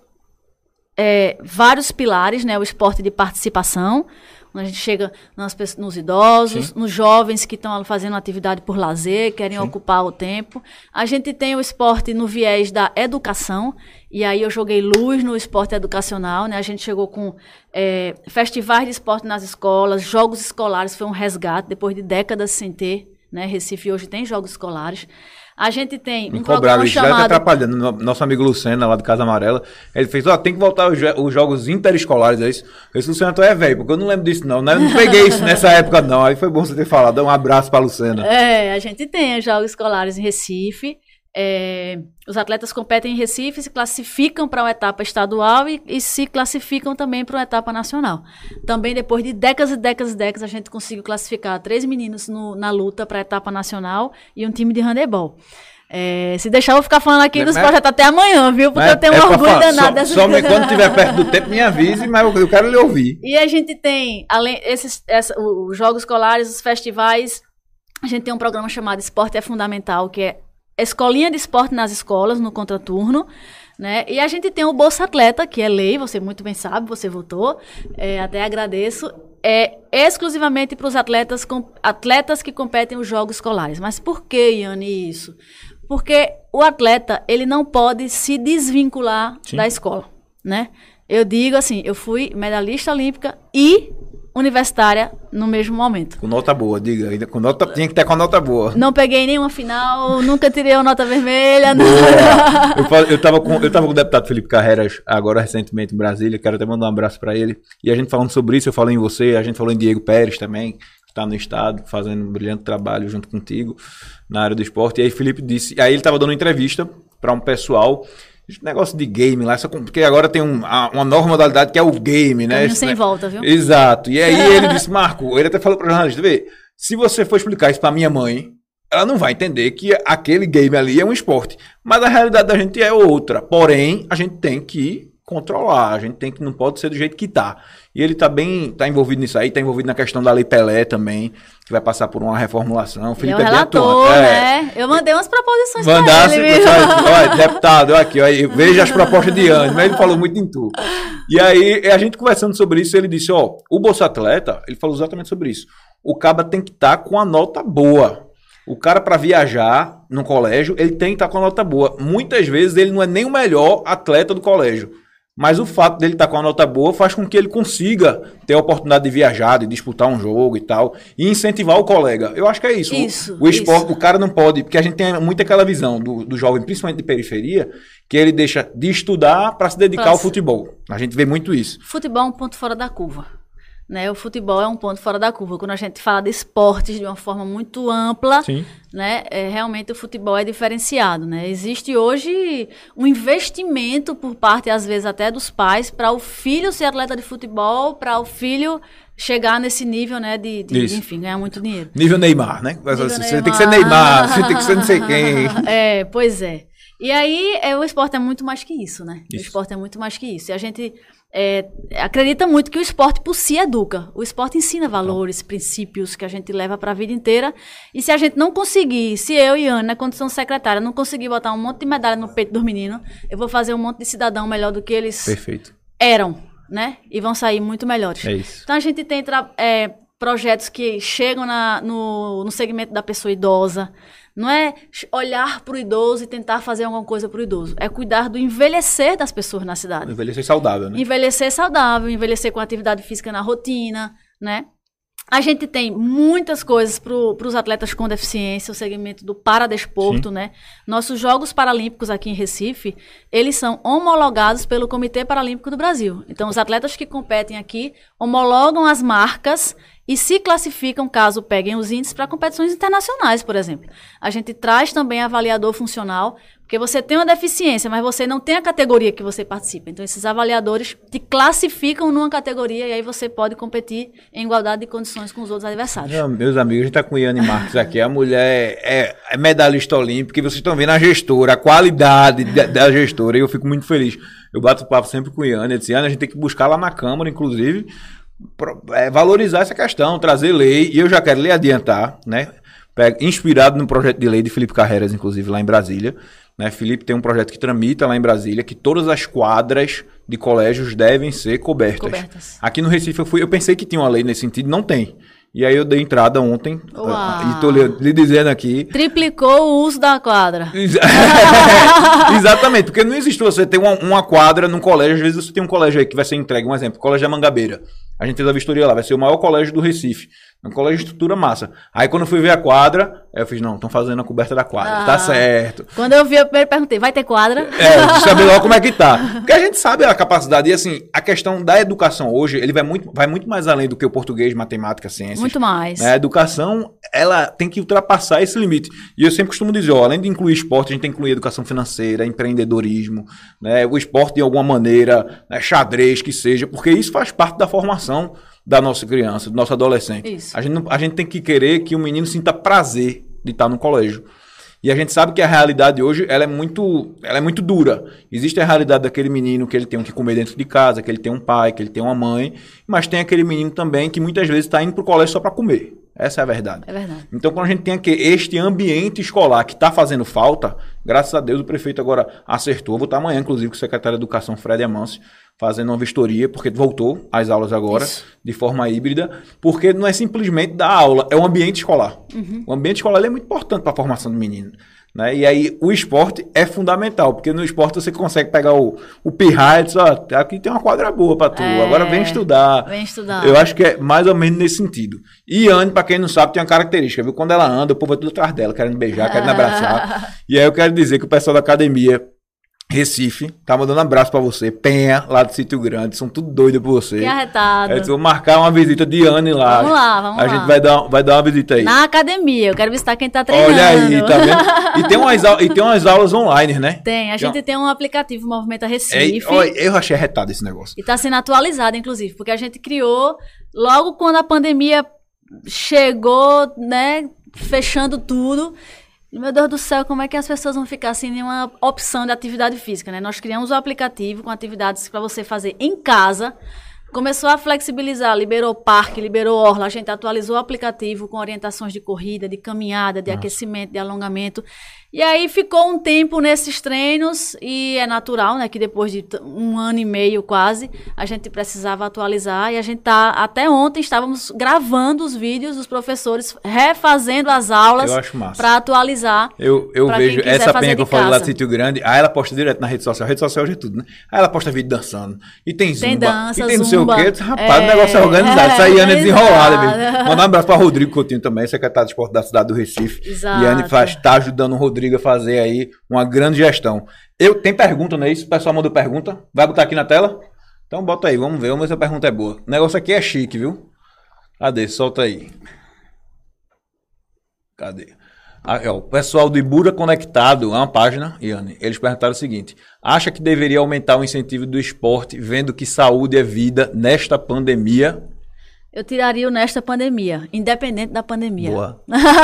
B: é, vários pilares, né? O esporte de participação, a gente chega nas, nos idosos, Sim. nos jovens que estão fazendo atividade por lazer, querem Sim. ocupar o tempo. A gente tem o esporte no viés da educação, e aí eu joguei luz no esporte educacional, né? A gente chegou com é, festivais de esporte nas escolas, jogos escolares, foi um resgate, depois de décadas sem ter, né? Recife hoje tem jogos escolares. A gente tem
A: Me
B: um
A: cobraram,
B: programa
A: isso
B: chamado...
A: já tá atrapalhando. Nosso amigo Lucena, lá do Casa Amarela, ele fez, ó, oh, tem que voltar os, os jogos interescolares, é isso? Eu disse, Lucena, tu é velho, porque eu não lembro disso não, né? Eu não peguei isso nessa época não, aí foi bom você ter falado. Um abraço pra Lucena.
B: É, a gente tem os jogos escolares em Recife, é, os atletas competem em Recife, se classificam para uma etapa estadual e, e se classificam também para uma etapa nacional. Também depois de décadas e décadas e décadas, a gente conseguiu classificar três meninos no, na luta para a etapa nacional e um time de handebol. É, se deixar, eu vou ficar falando aqui dos projetos até amanhã, viu? Porque eu tenho um orgulho falar, danado
A: só,
B: dessa
A: Só me, quando estiver perto do tempo, me avise, mas eu quero lhe ouvir.
B: E a gente tem, além esses, essa, os jogos escolares, os festivais, a gente tem um programa chamado Esporte é Fundamental, que é escolinha de esporte nas escolas, no contraturno, né? E a gente tem o Bolsa Atleta, que é lei, você muito bem sabe, você votou, é, até agradeço. é exclusivamente para os atletas, com, atletas que competem os jogos escolares. Mas por que, Iane, isso? Porque o atleta, ele não pode se desvincular Sim. da escola, né? Eu digo assim, eu fui medalhista olímpica e universitária no mesmo momento.
A: Com nota boa, diga. Com nota, tinha que ter com nota boa.
B: Não peguei nenhuma final, nunca tirei uma nota vermelha.
A: eu, eu, tava com, eu tava com o deputado Felipe Carreiras, agora recentemente em Brasília, quero até mandar um abraço para ele. E a gente falando sobre isso, eu falei em você, a gente falou em Diego Pérez também, que está no estado, fazendo um brilhante trabalho junto contigo na área do esporte. E aí Felipe disse, aí ele estava dando uma entrevista para um pessoal... Negócio de game lá, só porque agora tem um, uma nova modalidade que é o game, né?
B: Sem
A: né?
B: volta, viu?
A: Exato. E aí ele disse, Marco, ele até falou para o jornalista, vê, se você for explicar isso para minha mãe, ela não vai entender que aquele game ali é um esporte. Mas a realidade da gente é outra. Porém, a gente tem que controlar, a gente tem que, não pode ser do jeito que tá. E ele tá bem, tá envolvido nisso aí, tá envolvido na questão da Lei Pelé também, que vai passar por uma reformulação. O Felipe
B: é um relator,
A: é
B: né? Eu mandei umas proposições
A: Mandasse,
B: pra ele.
A: Olha, deputado, aqui, olha, veja as propostas de antes, mas ele falou muito em tu. E aí, a gente conversando sobre isso, ele disse, ó, o Bolsa Atleta, ele falou exatamente sobre isso. O caba tem que estar tá com a nota boa. O cara, para viajar no colégio, ele tem que estar tá com a nota boa. Muitas vezes, ele não é nem o melhor atleta do colégio. Mas o fato dele estar com uma nota boa faz com que ele consiga ter a oportunidade de viajar, de disputar um jogo e tal, e incentivar o colega. Eu acho que é isso.
B: Isso,
A: o, o esporte,
B: isso.
A: O cara não pode, porque a gente tem muito aquela visão do, do jovem, principalmente de periferia, que ele deixa de estudar para se dedicar
B: pra
A: ao
B: se...
A: futebol. A gente vê muito isso.
B: Futebol é um ponto fora da curva. Né? O futebol é um ponto fora da curva. Quando a gente fala de esportes de uma forma muito ampla,
A: Sim.
B: Né? É, realmente o futebol é diferenciado. Né? Existe hoje um investimento por parte, às vezes, até dos pais, para o filho ser atleta de futebol, para o filho chegar nesse nível, né, de, de, de enfim, ganhar muito dinheiro.
A: Nível Neymar, né?
B: Nível
A: você
B: Neymar.
A: tem que ser Neymar, você tem que ser não sei quem.
B: É, pois é. E aí, é, o esporte é muito mais que isso, né?
A: Isso.
B: O esporte é muito mais que isso. E a gente é, acredita muito que o esporte por si educa. O esporte ensina valores, então. princípios que a gente leva para a vida inteira. E se a gente não conseguir, se eu e Ana, na condição secretária, não conseguir botar um monte de medalha no peito dos meninos, eu vou fazer um monte de cidadão melhor do que eles
A: Perfeito.
B: eram, né? E vão sair muito melhores.
A: É isso.
B: Então a gente tem é, projetos que chegam na, no, no segmento da pessoa idosa. Não é olhar para o idoso e tentar fazer alguma coisa para o idoso. É cuidar do envelhecer das pessoas na cidade.
A: Envelhecer saudável, né?
B: Envelhecer saudável, envelhecer com atividade física na rotina, né? A gente tem muitas coisas para os atletas com deficiência, o segmento do paradesporto, né? Nossos Jogos Paralímpicos aqui em Recife, eles são homologados pelo Comitê Paralímpico do Brasil. Então, os atletas que competem aqui homologam as marcas e se classificam, caso peguem os índices, para competições internacionais, por exemplo. A gente traz também avaliador funcional, porque você tem uma deficiência, mas você não tem a categoria que você participa. Então, esses avaliadores te classificam numa categoria e aí você pode competir em igualdade de condições com os outros adversários.
A: Meu, meus amigos, a gente está com Iane Marques aqui. A mulher é, é medalhista olímpica e vocês estão vendo a gestora, a qualidade da, da gestora. E eu fico muito feliz. Eu bato papo sempre com Iane. Eu disse, Iane, a gente tem que buscar lá na Câmara, inclusive, É, valorizar essa questão, trazer lei, e eu já quero lhe adiantar, né? Inspirado no projeto de lei de Felipe Carreiras, inclusive, lá em Brasília. Né? Felipe tem um projeto que tramita lá em Brasília, que todas as quadras de colégios devem ser cobertas.
B: Cobertas.
A: Aqui no Recife eu fui, eu pensei que tinha uma lei nesse sentido, não tem. E aí eu dei entrada ontem,
B: Uau.
A: e estou lhe, lhe dizendo aqui...
B: Triplicou o uso da quadra.
A: Exatamente, porque não existe você ter uma, uma quadra num colégio, às vezes você tem um colégio aí que vai ser entregue, um exemplo, o Colégio da Mangabeira. A gente fez a vistoria lá, vai ser o maior colégio do Recife. Um colégio de estrutura massa. Aí quando eu fui ver a quadra, eu fiz, não, estão fazendo a coberta da quadra, ah, tá certo.
B: Quando eu vi, eu primeiro perguntei, vai ter quadra?
A: É, saber logo como é que tá. Porque a gente sabe a capacidade, e assim, a questão da educação hoje, ele vai muito, vai muito mais além do que o português, matemática, ciências.
B: Muito mais.
A: Né? A educação, ela tem que ultrapassar esse limite. E eu sempre costumo dizer, ó, além de incluir esporte, a gente tem que incluir educação financeira, empreendedorismo, né? O esporte de alguma maneira, né? Xadrez, que seja, porque isso faz parte da formação da nossa criança, do nosso adolescente.
B: Isso.
A: A gente, não, a gente tem que querer que o menino sinta prazer de estar no colégio. E a gente sabe que a realidade hoje ela é, muito, ela é muito dura. Existe a realidade daquele menino que ele tem que comer dentro de casa, que ele tem um pai, que ele tem uma mãe, mas tem aquele menino também que muitas vezes está indo para o colégio só para comer. Essa é a verdade.
B: É verdade.
A: Então, quando a gente tem aqui este ambiente escolar que está fazendo falta, graças a Deus o prefeito agora acertou. Vou estar amanhã, inclusive, com o secretário de Educação, Fred Amâncio, fazendo uma vistoria, porque voltou às aulas agora, Isso. de forma híbrida, porque não é simplesmente dar aula, é um ambiente escolar. Uhum. O ambiente escolar ele é muito importante para a formação do menino. Né? E aí o esporte é fundamental, porque no esporte você consegue pegar o, o pirraia e dizer, ó, aqui tem uma quadra boa pra tu, é, agora vem estudar.
B: Vem estudar.
A: Eu acho que é mais ou menos nesse sentido. E Anne, pra quem não sabe, tem uma característica, viu? Quando ela anda, o povo vai tudo atrás dela, querendo beijar, querendo abraçar. E aí eu quero dizer que o pessoal da academia Recife, tá mandando um abraço pra você. Penha, lá do Sítio Grande, são tudo doido por você.
B: Que arretado.
A: É, vou marcar uma visita de Anne lá.
B: Vamos lá, vamos
A: a
B: lá.
A: A gente vai dar, vai dar uma visita aí.
B: Na academia, eu quero visitar quem tá treinando.
A: Olha aí, tá vendo? E tem umas, e tem umas aulas online, né?
B: Tem, a gente tem, tem um aplicativo, Movimenta Recife.
A: É, olha, eu achei arretado esse negócio.
B: E tá sendo atualizado, inclusive, porque a gente criou logo quando a pandemia chegou, né, fechando tudo. Meu Deus do céu, como é que as pessoas vão ficar sem nenhuma opção de atividade física, né? Nós criamos o aplicativo com atividades para você fazer em casa. Começou a flexibilizar, liberou parque, liberou orla. A gente atualizou o aplicativo com orientações de corrida, de caminhada, de Nossa. aquecimento, de alongamento. E aí ficou um tempo nesses treinos e é natural, né, que depois de um ano e meio quase, a gente precisava atualizar e a gente tá, até ontem estávamos gravando os vídeos dos professores, refazendo as aulas para atualizar.
A: Eu, eu vejo essa penha que eu falei lá do Sítio Grande, aí ela posta direto na rede social, rede social hoje é tudo, né? Aí ela posta vídeo dançando, e tem zumba,
B: tem dança,
A: e tem não
B: zumba,
A: sei o quê, rapaz, é, o negócio é organizado, isso aí Ana é desenrolada mesmo. Mandar um abraço para Rodrigo Coutinho também, secretário de esporte da cidade do Recife.
B: Exato.
A: E a Anne faz, tá ajudando o Rodrigo a fazer aí uma grande gestão. Eu, tem pergunta, não é isso? O pessoal mandou pergunta. Vai botar aqui na tela? Então bota aí, vamos ver, vamos ver se a pergunta é boa. O negócio aqui é chique, viu? Cadê? Solta aí. Cadê? Ah, ó, o pessoal do Ibura Conectado, é uma página, Iane, eles perguntaram o seguinte: acha que deveria aumentar o incentivo do esporte, vendo que saúde é vida nesta pandemia?
B: Eu tiraria o nesta pandemia, independente da pandemia.
A: Boa.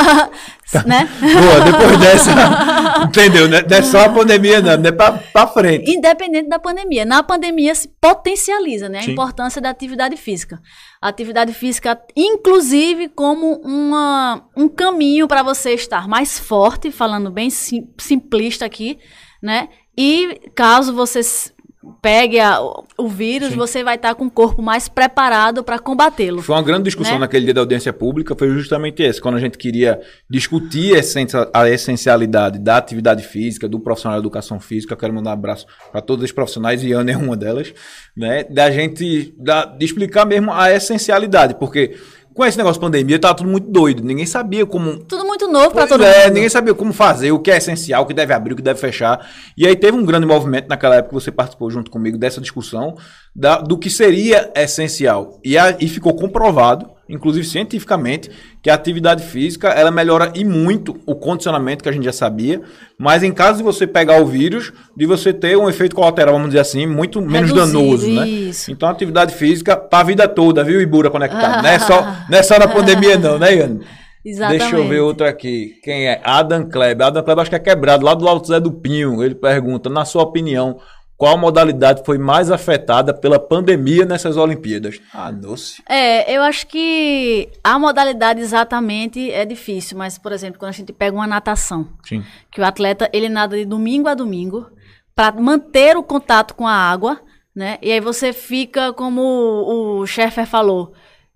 B: Né?
A: Boa, depois dessa, entendeu? Não é só a pandemia, não, não é pra, pra frente.
B: Independente da pandemia. Na pandemia se potencializa, né, a
A: Sim.
B: importância da atividade física. A atividade física, inclusive, como uma, um caminho para você estar mais forte, falando bem sim, simplista aqui, né? E caso você pegue a, o vírus, Sim. você vai estar com o corpo mais preparado para combatê-lo.
A: Foi uma grande discussão, né? Naquele dia da audiência pública, foi justamente esse, quando a gente queria discutir a essencialidade da atividade física, do profissional de educação física. Eu quero mandar um abraço para todos os profissionais, e Ana é uma delas, né? Da gente, da, de explicar mesmo a essencialidade, porque com esse negócio de pandemia, tava tudo muito doido. Ninguém sabia como...
B: Tudo muito novo para todo
A: é,
B: mundo.
A: Ninguém sabia como fazer, o que é essencial, o que deve abrir, o que deve fechar. E aí teve um grande movimento naquela época, que você participou junto comigo dessa discussão, da, do que seria essencial. E, a, e ficou comprovado, inclusive cientificamente, que a atividade física, ela melhora e muito o condicionamento, que a gente já sabia, mas em caso de você pegar o vírus, de você ter um efeito colateral, vamos dizer assim, muito menos
B: Reduzido,
A: danoso, né?
B: Isso.
A: Então, a atividade física para a vida toda, viu, Ibura Conectado? Não é só, não é só na pandemia não, né, Iane?
B: Exatamente.
A: Deixa eu ver outra aqui. Quem é? Adam Kleber. Adam Kleber acho que é quebrado, lá do Alto Zé do Pinho. Ele pergunta, na sua opinião, qual modalidade foi mais afetada pela pandemia nessas Olimpíadas? Ah, doce.
B: É, eu acho que a modalidade exatamente é difícil, mas, por exemplo, quando a gente pega uma natação,
A: Sim.
B: que o atleta ele nada de domingo a domingo para manter o contato com a água, né? E aí você fica, como o, o Schaeffer falou,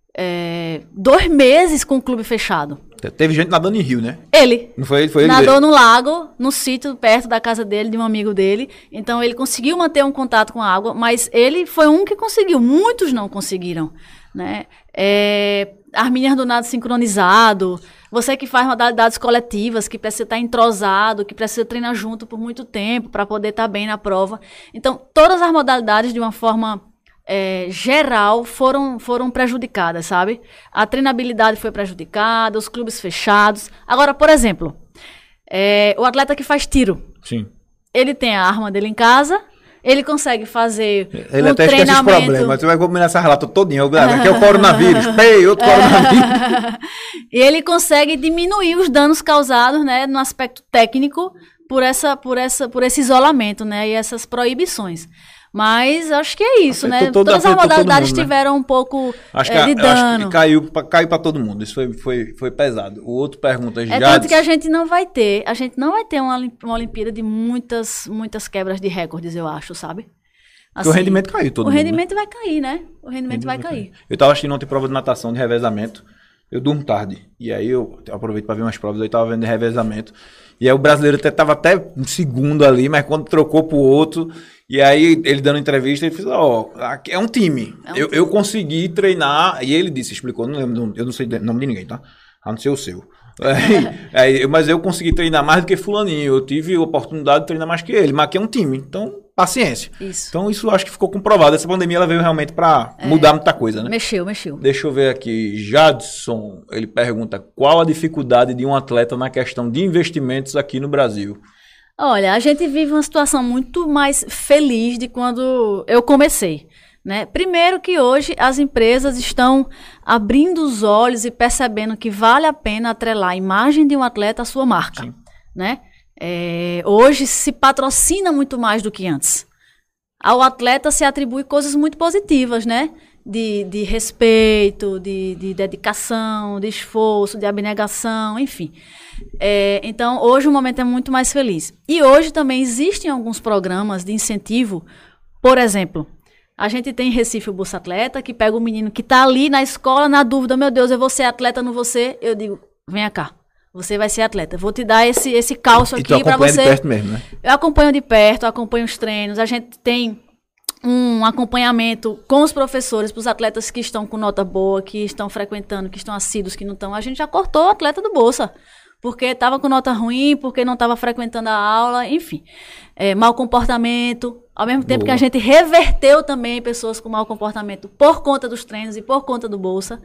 B: é, dois meses com o clube fechado.
A: Teve gente nadando em rio, né?
B: Ele.
A: Não foi ele? Foi ele
B: nadou
A: dele.
B: no lago, no sítio perto da casa dele, de um amigo dele. Então ele conseguiu manter um contato com a água, mas ele foi um que conseguiu. Muitos não conseguiram, né? É, as meninas do nado sincronizado, você que faz modalidades coletivas, que precisa estar entrosado, que precisa treinar junto por muito tempo para poder estar bem na prova. Então, todas as modalidades, de uma forma é, geral, foram, foram prejudicadas, sabe? A treinabilidade foi prejudicada, os clubes fechados. Agora, por exemplo, é, o atleta que faz tiro.
A: Sim.
B: Ele tem a arma dele em casa, ele consegue fazer
A: ele
B: um
A: até
B: treinamento...
A: esquece os problemas, você vai combinar essa relata todinha. Aqui é o coronavírus, pei, outro coronavírus.
B: E ele consegue diminuir os danos causados, né, no aspecto técnico, por, essa, por, essa, por esse isolamento, né, e essas proibições. Mas acho que é isso,
A: Afetou
B: né?
A: todo-
B: Todas as
A: afetou todo
B: modalidades
A: mundo, né?
B: tiveram um pouco
A: Acho
B: é,
A: que, a-
B: de
A: eu acho
B: dano.
A: que caiu, pra- caiu pra todo mundo. Isso foi, foi, foi pesado. O outro pergunta,
B: É
A: já
B: tanto que a gente não vai ter, a gente não vai ter uma, Olim- uma Olimpíada de muitas, muitas quebras de recordes, eu acho, sabe?
A: Porque o rendimento caiu todo
B: O
A: mundo,
B: rendimento vai cair, né? O rendimento vai cair.
A: Eu tava assistindo ontem prova de natação de revezamento. Eu durmo tarde. E aí eu aproveito pra ver umas provas. Aí tava vendo de revezamento. E aí o brasileiro até, tava até um segundo ali, mas quando trocou pro outro. E aí ele dando entrevista, ele fez: Ó, aqui é um time.
B: É um
A: eu,
B: time.
A: eu consegui treinar. E ele disse, explicou, não lembro, eu não sei o nome de ninguém, tá? A não ser o seu. Aí, aí, mas eu consegui treinar mais do que fulaninho. Eu tive a oportunidade de treinar mais que ele. Mas aqui é um time. Então, paciência.
B: Isso.
A: Então isso eu acho que ficou comprovado. Essa pandemia ela veio realmente pra mudar muita coisa, né?
B: Mexeu, mexeu.
A: Deixa eu ver aqui. Jadson, ele pergunta: qual a dificuldade de um atleta na questão de investimentos aqui no Brasil?
B: Olha, a gente vive uma situação muito mais feliz de quando eu comecei, né? Primeiro que hoje as empresas estão abrindo os olhos e percebendo que vale a pena atrelar a imagem de um atleta à sua marca,
A: Sim.
B: né? É, hoje se patrocina muito mais do que antes. Ao atleta se atribui coisas muito positivas, né? De, de respeito, de, de dedicação, de esforço, de abnegação, enfim. É, então, hoje o momento é muito mais feliz. E hoje também existem alguns programas de incentivo. Por exemplo, a gente tem em Recife o Bolsa Atleta, que pega o menino que está ali na escola, na dúvida: meu Deus, eu vou ser atleta, não vou ser? Eu digo: venha cá, você vai ser atleta. Vou te dar esse, esse calço
A: E tu
B: aqui para
A: acompanha
B: você.
A: de perto mesmo, né?
B: Eu acompanho de perto, eu acompanho os treinos. A gente tem um acompanhamento com os professores para os atletas que estão com nota boa, que estão frequentando, que estão assíduos, que não estão. A gente já cortou o atleta do Bolsa, porque estava com nota ruim, porque não estava frequentando a aula, enfim. É, mau comportamento. Ao mesmo tempo
A: Boa.
B: que a gente reverteu também pessoas com mau comportamento por conta dos treinos e por conta do Bolsa.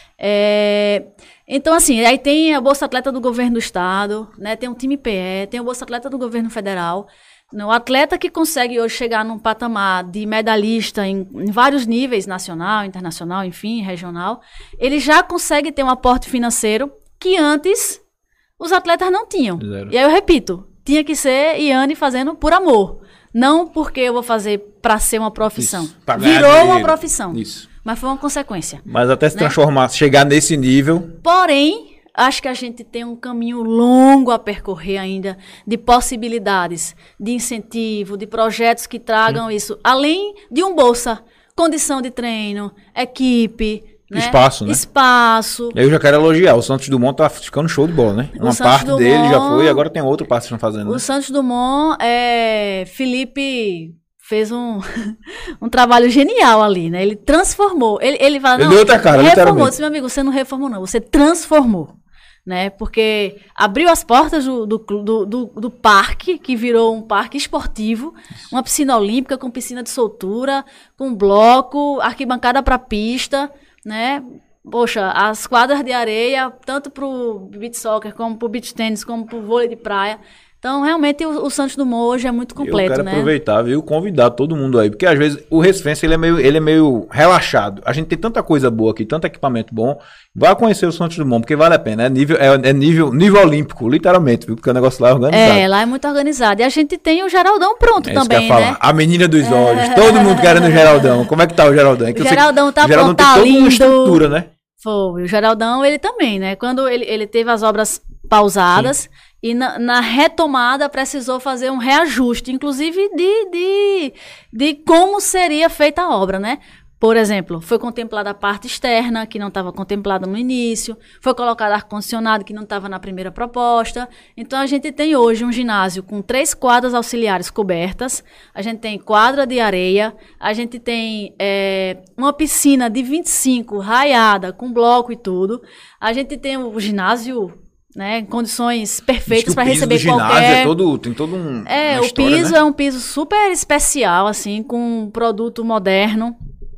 B: É, então, assim, aí tem a Bolsa Atleta do governo do estado, né? Tem o time P E, tem o Bolsa Atleta do governo federal. O atleta que consegue hoje chegar num patamar de medalhista em, em vários níveis, nacional, internacional, enfim, regional, ele já consegue ter um aporte financeiro que antes os atletas não tinham.
A: Zero.
B: E aí eu repito, tinha que ser Iane fazendo por amor, não porque eu vou fazer para ser uma profissão.
A: Isso, pra ganhar
B: Virou uma
A: dinheiro.
B: profissão,
A: Isso.
B: mas foi uma consequência.
A: Mas até se
B: Né?
A: transformar, chegar nesse nível.
B: Porém, acho que a gente tem um caminho longo a percorrer ainda de possibilidades, de incentivo, de projetos que tragam hum. isso. Além de um bolsa, condição de treino, equipe, né?
A: Espaço, né?
B: Espaço.
A: Eu já quero elogiar. O Santos Dumont tá ficando show de bola, né?
B: O
A: Uma
B: Santos
A: parte
B: Dumont,
A: dele já foi, agora tem outro passo que estão fazendo.
B: O
A: Né?
B: Santos Dumont, é, Felipe fez um, um trabalho genial ali, né? Ele transformou. Ele, ele fala,
A: Ele
B: não,
A: deu outra cara,
B: reformou.
A: literalmente.
B: Disse, meu amigo, você não reformou, não. Você transformou. Né? Porque abriu as portas do, do, do, do, do parque, que virou um parque esportivo, uma piscina olímpica com piscina de soltura, com bloco, arquibancada para pista, né? Poxa, as quadras de areia, tanto para o beach soccer, como para o beach tênis, como para o vôlei de praia. Então, realmente, o, o Santos Dumont hoje é muito completo,
A: Eu quero
B: né?
A: aproveitar, viu, convidar todo mundo aí, porque às vezes o Recifense ele é meio, ele é meio relaxado. A gente tem tanta coisa boa aqui, tanto equipamento bom. Vai conhecer o Santos Dumont, porque vale a pena. É nível, é, é nível, nível olímpico, literalmente, viu? Porque o negócio lá é organizado.
B: É, lá é muito organizado. E a gente tem o Geraldão pronto
A: É isso
B: também,
A: que eu ia falar.
B: né?
A: A menina dos olhos, todo mundo querendo o Geraldão. Como é que tá o Geraldão? É que
B: O
A: eu sei que
B: Geraldão tá
A: o Geraldão
B: pronto, tá
A: tem toda uma
B: lindo.
A: estrutura, né?
B: Foi, o Geraldão, ele também, né? Quando ele, ele teve as obras pausadas, sim, e na, na retomada precisou fazer um reajuste, inclusive de, de, de como seria feita a obra, né? Por exemplo, foi contemplada a parte externa, que não estava contemplada no início, foi colocado ar-condicionado, que não estava na primeira proposta. Então, a gente tem hoje um ginásio com três quadras auxiliares cobertas, a gente tem quadra de areia, a gente tem é, uma piscina de vinte e cinco, raiada, com bloco e tudo. A gente tem o ginásio, né, em condições perfeitas para receber
A: ginásio
B: qualquer...
A: É todo, tem todo um...
B: É, o
A: história,
B: piso
A: né?
B: é um piso super especial, assim, com um produto moderno.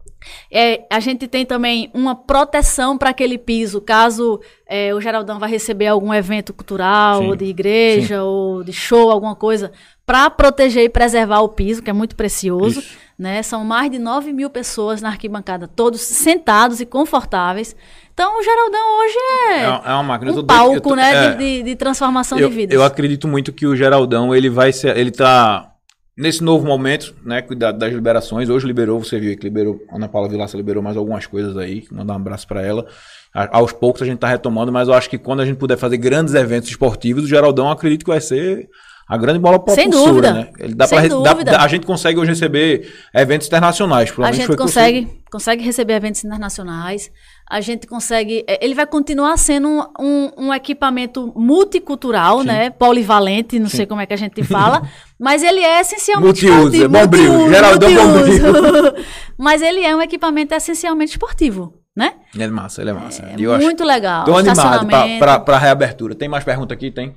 B: É, a gente tem também uma proteção para aquele piso, caso é, o Geraldão vá receber algum evento cultural,
A: Sim,
B: ou de igreja, sim, ou de show, alguma coisa, para proteger e preservar o piso, que é muito precioso. Né? São mais de nove mil pessoas na arquibancada, todos sentados e confortáveis. Então, o Geraldão hoje é,
A: é, é uma máquina.
B: um
A: eu tô
B: palco,
A: doido, eu tô,
B: né,
A: é,
B: de, de, de transformação
A: eu,
B: de vidas.
A: Eu acredito muito que o Geraldão, ele vai ser, ele tá... nesse novo momento, né, cuidar das liberações, hoje liberou, você viu que liberou, a Ana Paula Vilaça liberou mais algumas coisas aí, mandar um abraço para ela. A, aos poucos a gente tá retomando, mas eu acho que quando a gente puder fazer grandes eventos esportivos, o Geraldão eu acredito que vai ser a grande bola propulsora,
B: Sem dúvida.
A: Né? Ele dá
B: Sem
A: pra,
B: dúvida.
A: Dá, a gente consegue hoje receber eventos internacionais.
B: A gente consegue, consegue receber eventos internacionais. A gente consegue... Ele vai continuar sendo um, um, um equipamento multicultural, Sim. né? Polivalente, não Sim. sei como é que a gente fala. Mas ele é essencialmente
A: multiuso,
B: esportivo.
A: É Bombril, Geraldão Bombril.
B: Mas ele é um equipamento essencialmente esportivo. Né?
A: Ele é massa, ele é massa.
B: É eu muito acho... legal.
A: Tô animado para a reabertura. Tem mais pergunta aqui? Tem?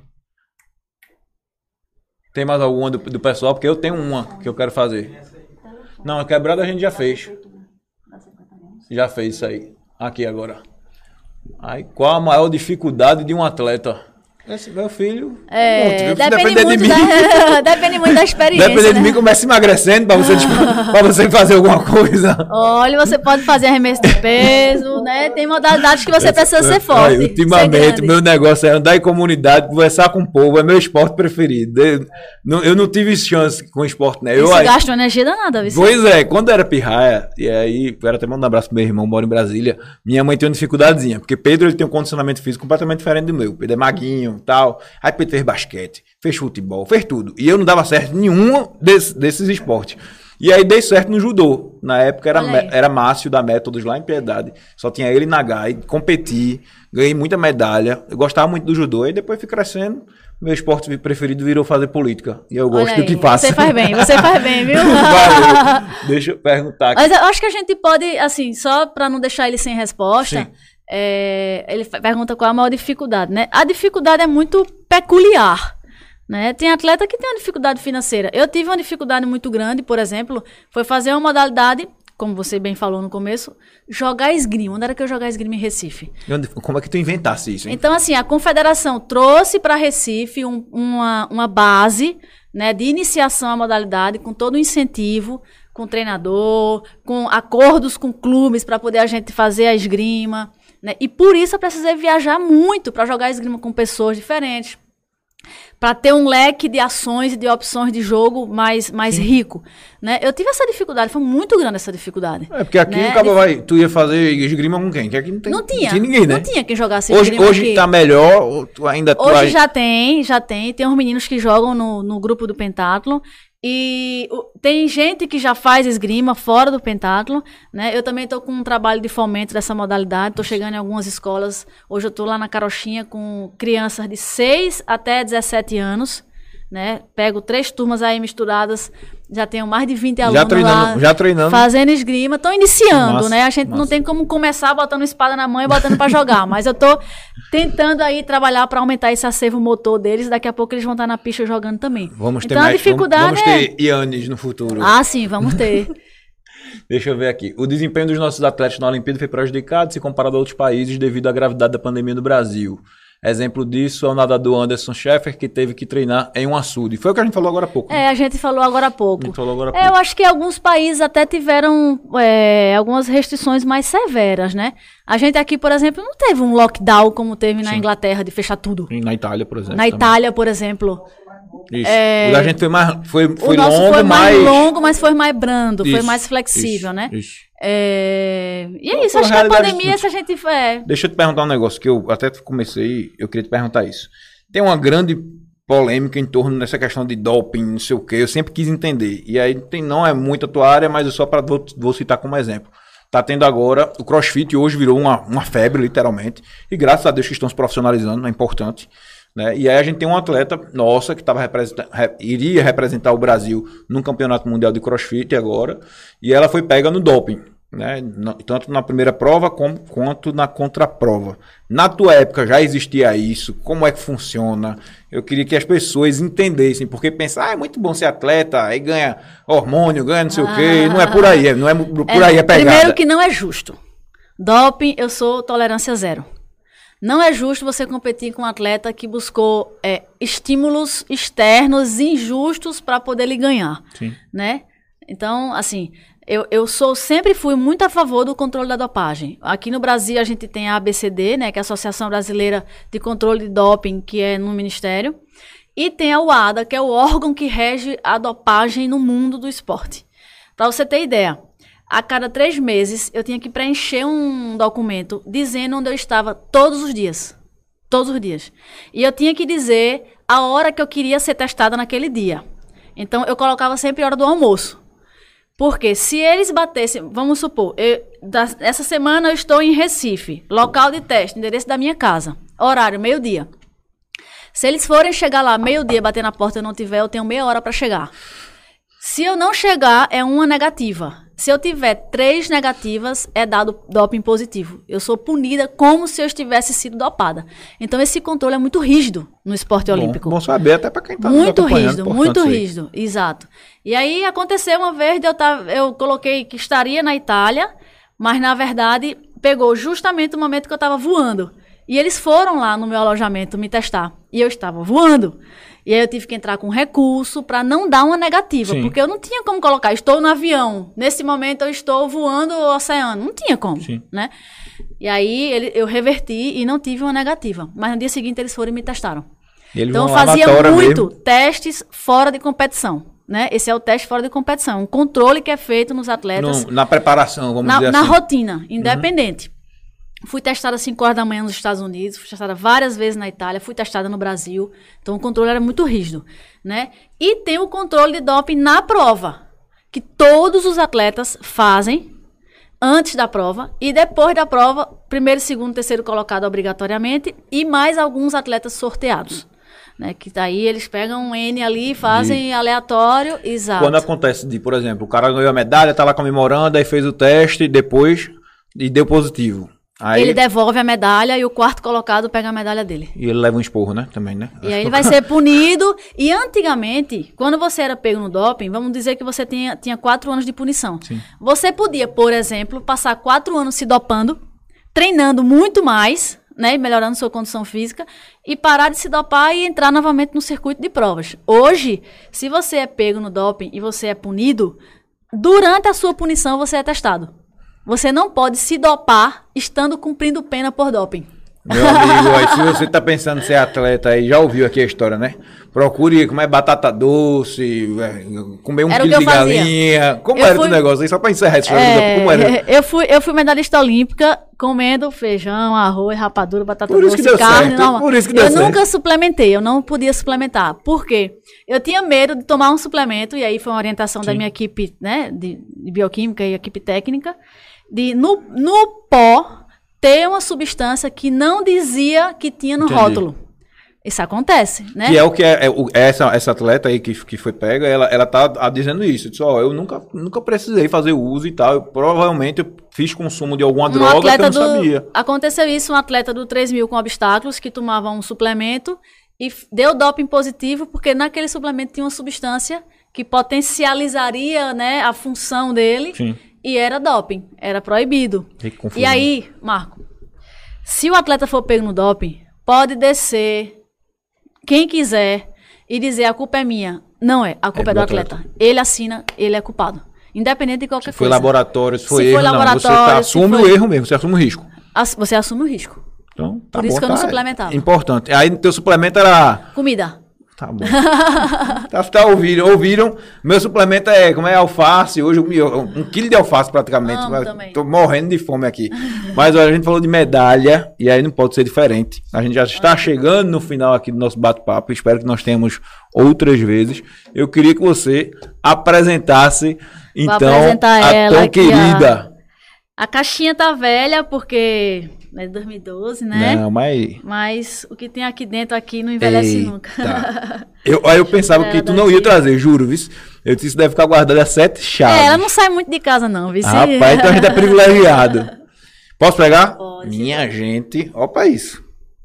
A: Tem mais alguma do, do pessoal? Porque eu tenho uma que eu quero fazer. Não, a quebrada a gente já fez. Já fez isso aí. Aqui agora. Aí, qual a maior dificuldade de um atleta? Esse meu filho.
B: É, pronto, depende, muito de mim. Da, depende muito da experiência.
A: Depende
B: né?
A: de mim, começa emagrecendo para você, pra você fazer alguma coisa.
B: Olha, você pode fazer arremesso de peso, né? Tem modalidades que você precisa ser forte.
A: Aí, ultimamente, meu negócio é andar em comunidade, conversar com o povo, é meu esporte preferido. Eu não, eu não tive chance com o esporte, né? Eu,
B: Isso aí, gasta uma energia danada, Vicente.
A: Pois é, quando eu era pirraia, e aí, quero até mandar um abraço pro meu irmão, mora em Brasília, minha mãe tem uma dificuldadezinha, porque Pedro ele tem um condicionamento físico completamente diferente do meu. Pedro é maguinho, tal. Aí Pedro fez basquete, fez futebol, fez tudo. E eu não dava certo em nenhum desse, desses esportes. E aí dei certo no judô. Na época era, era Márcio da Métodos lá em Piedade. Só tinha ele e Nagai. Competi, ganhei muita medalha. Eu gostava muito do judô. E depois fui crescendo. Meu esporte preferido virou fazer política. E eu gosto do que passa.
B: Você faz bem, você faz bem, viu?
A: Valeu. Deixa eu perguntar aqui.
B: Mas eu acho que a gente pode, assim, só para não deixar ele sem resposta... É, ele pergunta qual a maior dificuldade, né? A dificuldade é muito peculiar, né? Tem atleta que tem uma dificuldade financeira. Eu tive uma dificuldade muito grande, por exemplo, foi fazer uma modalidade, como você bem falou no começo, jogar esgrima. Onde era que eu jogava esgrima em Recife?
A: Como é que tu inventasse isso, hein?
B: Então, assim, a confederação trouxe para Recife um, uma, uma base, né, de iniciação à modalidade, com todo o incentivo, com treinador, com acordos com clubes para poder a gente fazer a esgrima. Né? E por isso eu precisei viajar muito para jogar esgrima com pessoas diferentes, para ter um leque de ações e de opções de jogo mais, mais rico. Né? Eu tive essa dificuldade, foi muito grande essa dificuldade.
A: É, porque aqui
B: né?
A: o cara vai, tu ia fazer esgrima com quem? Que aqui não, tem,
B: não tinha,
A: não tinha ninguém, né?
B: Não tinha quem jogasse
A: hoje,
B: esgrima
A: hoje
B: aqui.
A: Tá melhor, ou tu ainda... Tu
B: hoje
A: vai...
B: já tem, já tem, tem uns meninos que jogam no, no grupo do Pentathlon. E o, tem gente que já faz esgrima fora do pentathlon, né? Eu também estou com um trabalho de fomento dessa modalidade, estou chegando em algumas escolas. Hoje eu estou lá na Carochinha com crianças de seis até dezessete anos, né? Pego três turmas aí misturadas, já tenho mais de vinte alunos
A: já treinando,
B: lá
A: já treinando.
B: fazendo esgrima. Estão iniciando,
A: massa,
B: né? A gente
A: massa.
B: não tem como começar botando espada na mão e botando para jogar, mas eu estou tentando aí trabalhar para aumentar esse acervo motor deles. Daqui a pouco eles vão estar na pista jogando também.
A: Vamos ter
B: então,
A: mais,
B: a dificuldade
A: vamos, vamos ter
B: é...
A: Ianes no futuro.
B: Ah, sim, vamos ter.
A: Deixa eu ver aqui. O desempenho dos nossos atletas na Olimpíada foi prejudicado se comparado a outros países devido à gravidade da pandemia no Brasil. Exemplo disso é o nadador Anderson Scheffer, que teve que treinar em um açude. Foi o que a gente falou agora há pouco.
B: É, né? a gente falou agora há pouco.
A: A gente falou agora há
B: é,
A: pouco.
B: Eu acho que alguns países até tiveram é, algumas restrições mais severas, né? A gente aqui, por exemplo, não teve um lockdown como teve na Sim. Inglaterra, de fechar tudo.
A: E na Itália, por exemplo.
B: Na
A: também.
B: Itália, por exemplo.
A: Isso. É... O da gente foi mais foi, foi
B: o nosso
A: longo,
B: foi mais
A: mais
B: longo, mas foi mais brando,
A: isso,
B: foi mais flexível,
A: isso,
B: né?
A: Isso.
B: É... E é isso, acho que a pandemia, se a gente... É...
A: Deixa eu te perguntar um negócio, que eu até comecei, eu queria te perguntar isso. Tem uma grande polêmica em torno dessa questão de doping, não sei o quê, eu sempre quis entender. E aí tem, não é muito a tua área, mas eu só pra, vou, vou citar como exemplo. Tá tendo agora, o CrossFit hoje virou uma, uma febre, literalmente, e graças a Deus que estão se profissionalizando, é importante. Né? E aí a gente tem uma atleta nossa que tava representa- re- iria representar o Brasil num campeonato mundial de crossfit agora, e ela foi pega no doping, né? No, tanto na primeira prova como, quanto na contraprova. Na tua época já existia isso? Como é que funciona? Eu queria que as pessoas entendessem, porque pensar, ah, é muito bom ser atleta, aí ganha hormônio, ganha não sei ah, o quê, não é por aí, não é por
B: é,
A: aí a pegada.
B: Primeiro que não é justo. Doping, eu sou tolerância zero. Não é justo você competir com um atleta que buscou é, estímulos externos injustos para poder lhe ganhar,
A: Sim.
B: né? Então, assim, eu, eu sou, sempre fui muito a favor do controle da dopagem. Aqui no Brasil a gente tem a A B C D, né, que é a Associação Brasileira de Controle de Doping, que é no Ministério, E tem a U A D A, que é o órgão que rege a dopagem no mundo do esporte. Para você ter ideia, a cada três meses eu tinha que preencher um documento dizendo onde eu estava todos os dias. Todos os dias. E eu tinha que dizer a hora que eu queria ser testada naquele dia. Então, eu colocava sempre a hora do almoço. Porque se eles batessem, vamos supor, eu, da, essa semana eu estou em Recife, local de teste, endereço da minha casa, horário, meio-dia. Se eles forem chegar lá, meio-dia, bater na porta e eu não tiver, eu tenho meia hora para chegar. Se eu não chegar, é uma negativa. Se eu tiver três negativas, é dado doping positivo. Eu sou punida como se eu tivesse sido dopada. Então, esse controle é muito rígido no esporte
A: bom,
B: olímpico.
A: Bom saber até para quem está
B: muito rígido, muito rígido, exato. E aí, aconteceu uma vez, de eu, tava, eu coloquei que estaria na Itália, mas, na verdade, pegou justamente o momento que eu estava voando. E eles foram lá no meu alojamento me testar. E eu estava voando. E aí eu tive que entrar com recurso para não dar uma negativa. Sim. Porque eu não tinha como colocar, estou no avião. Nesse momento eu estou voando o oceano. Não tinha como, Sim. né? E aí ele, eu reverti e não tive uma negativa. Mas no dia seguinte eles foram e me testaram. E então eu fazia muito mesmo. testes fora de competição. Né? Esse é o teste fora de competição. Um controle que é feito nos atletas.
A: No, na preparação, vamos
B: na,
A: dizer
B: na
A: assim.
B: Na rotina, independente. Uhum. Fui testada às cinco horas da manhã nos Estados Unidos, fui testada várias vezes na Itália, fui testada no Brasil. Então, o controle era muito rígido, né? E tem o controle de doping na prova, que todos os atletas fazem antes da prova e depois da prova, primeiro, segundo, terceiro colocado obrigatoriamente e mais alguns atletas sorteados. Né, que daí eles pegam um N ali e fazem e... aleatório, exato.
A: Quando acontece de, por exemplo, o cara ganhou a medalha, tá lá comemorando, aí fez o teste, depois e deu positivo. Aí...
B: Ele devolve a medalha e o quarto colocado pega a medalha dele.
A: E ele leva um esporro, né? Também, né?
B: E aí ele vai ser punido. E antigamente, quando você era pego no doping, vamos dizer que você tinha, tinha quatro anos de punição.
A: Sim.
B: Você podia, por exemplo, passar quatro anos se dopando, treinando muito mais, né? Melhorando sua condição física, e parar de se dopar e entrar novamente no circuito de provas. Hoje, se você é pego no doping e você é punido, durante a sua punição você é testado. Você não pode se dopar estando cumprindo pena por doping.
A: Meu amigo, aí, se você tá pensando em ser atleta aí, já ouviu aqui a história, né? Procure comer batata doce, comer um
B: era
A: quilo de galinha. Como
B: eu
A: era
B: fui...
A: o negócio aí? Só pra encerrar essa história.
B: É...
A: Como era?
B: Eu fui, eu fui medalhista olímpica comendo feijão, arroz, rapadura, batata
A: Por isso
B: doce,
A: que deu
B: carne.
A: Certo.
B: Não,
A: Por isso que deu
B: eu
A: certo.
B: nunca suplementei, eu não podia suplementar. Por quê? Eu tinha medo de tomar um suplemento, e aí foi uma orientação Sim. da minha equipe, né, de, de bioquímica e equipe técnica, de no, no pó ter uma substância que não dizia que tinha no Entendi. rótulo. Isso acontece, né?
A: Que é o que é, é, é essa, essa atleta aí que, que foi pega, ela, ela tá dizendo isso. Disse, ó, eu nunca, nunca precisei fazer uso e tal. Eu, provavelmente eu fiz consumo de alguma um droga que eu não do, sabia.
B: Aconteceu isso, um atleta do três mil com obstáculos que tomava um suplemento e deu doping positivo porque naquele suplemento tinha uma substância que potencializaria, né, a função dele.
A: Sim.
B: E era doping, era proibido.
A: Que
B: e aí, Marco, se o atleta for pego no doping, pode descer quem quiser e dizer a culpa é minha. Não é, a culpa é, é do atleta. atleta. Ele assina, ele é culpado. Independente de qualquer
A: se foi
B: coisa.
A: Laboratório, se foi
B: se
A: erro,
B: foi laboratório,
A: não. Você tá, assume
B: foi...
A: o erro mesmo, você assume o risco.
B: As, você assume o risco.
A: Então, tá
B: Por
A: bom,
B: isso que eu
A: tá
B: não suplementava.
A: Importante. Aí teu suplemento era...
B: Comida.
A: Tá bom. tá, tá, ouviram, ouviram. Meu suplemento é, como é, alface. Hoje um, um quilo de alface praticamente. Mas, tô morrendo de fome aqui. Mas olha, a gente falou de medalha e aí não pode ser diferente. A gente já está chegando no final aqui do nosso bate-papo. Espero que nós tenhamos outras vezes. Eu queria que você apresentasse, então, a
B: ela
A: tão querida.
B: A... a caixinha tá velha porque... É de dois mil e doze, né?
A: Não, mas...
B: Mas o que tem aqui dentro aqui não envelhece
A: Eita.
B: nunca.
A: eu, aí eu pensava é, que tu não ia trazer, juro, viu? Eu disse que deve ficar guardada a sete chaves.
B: É, ela não sai muito de casa não, viu?
A: Rapaz, então a gente é privilegiado. Posso pegar?
B: Pode.
A: Minha gente, ó pra isso.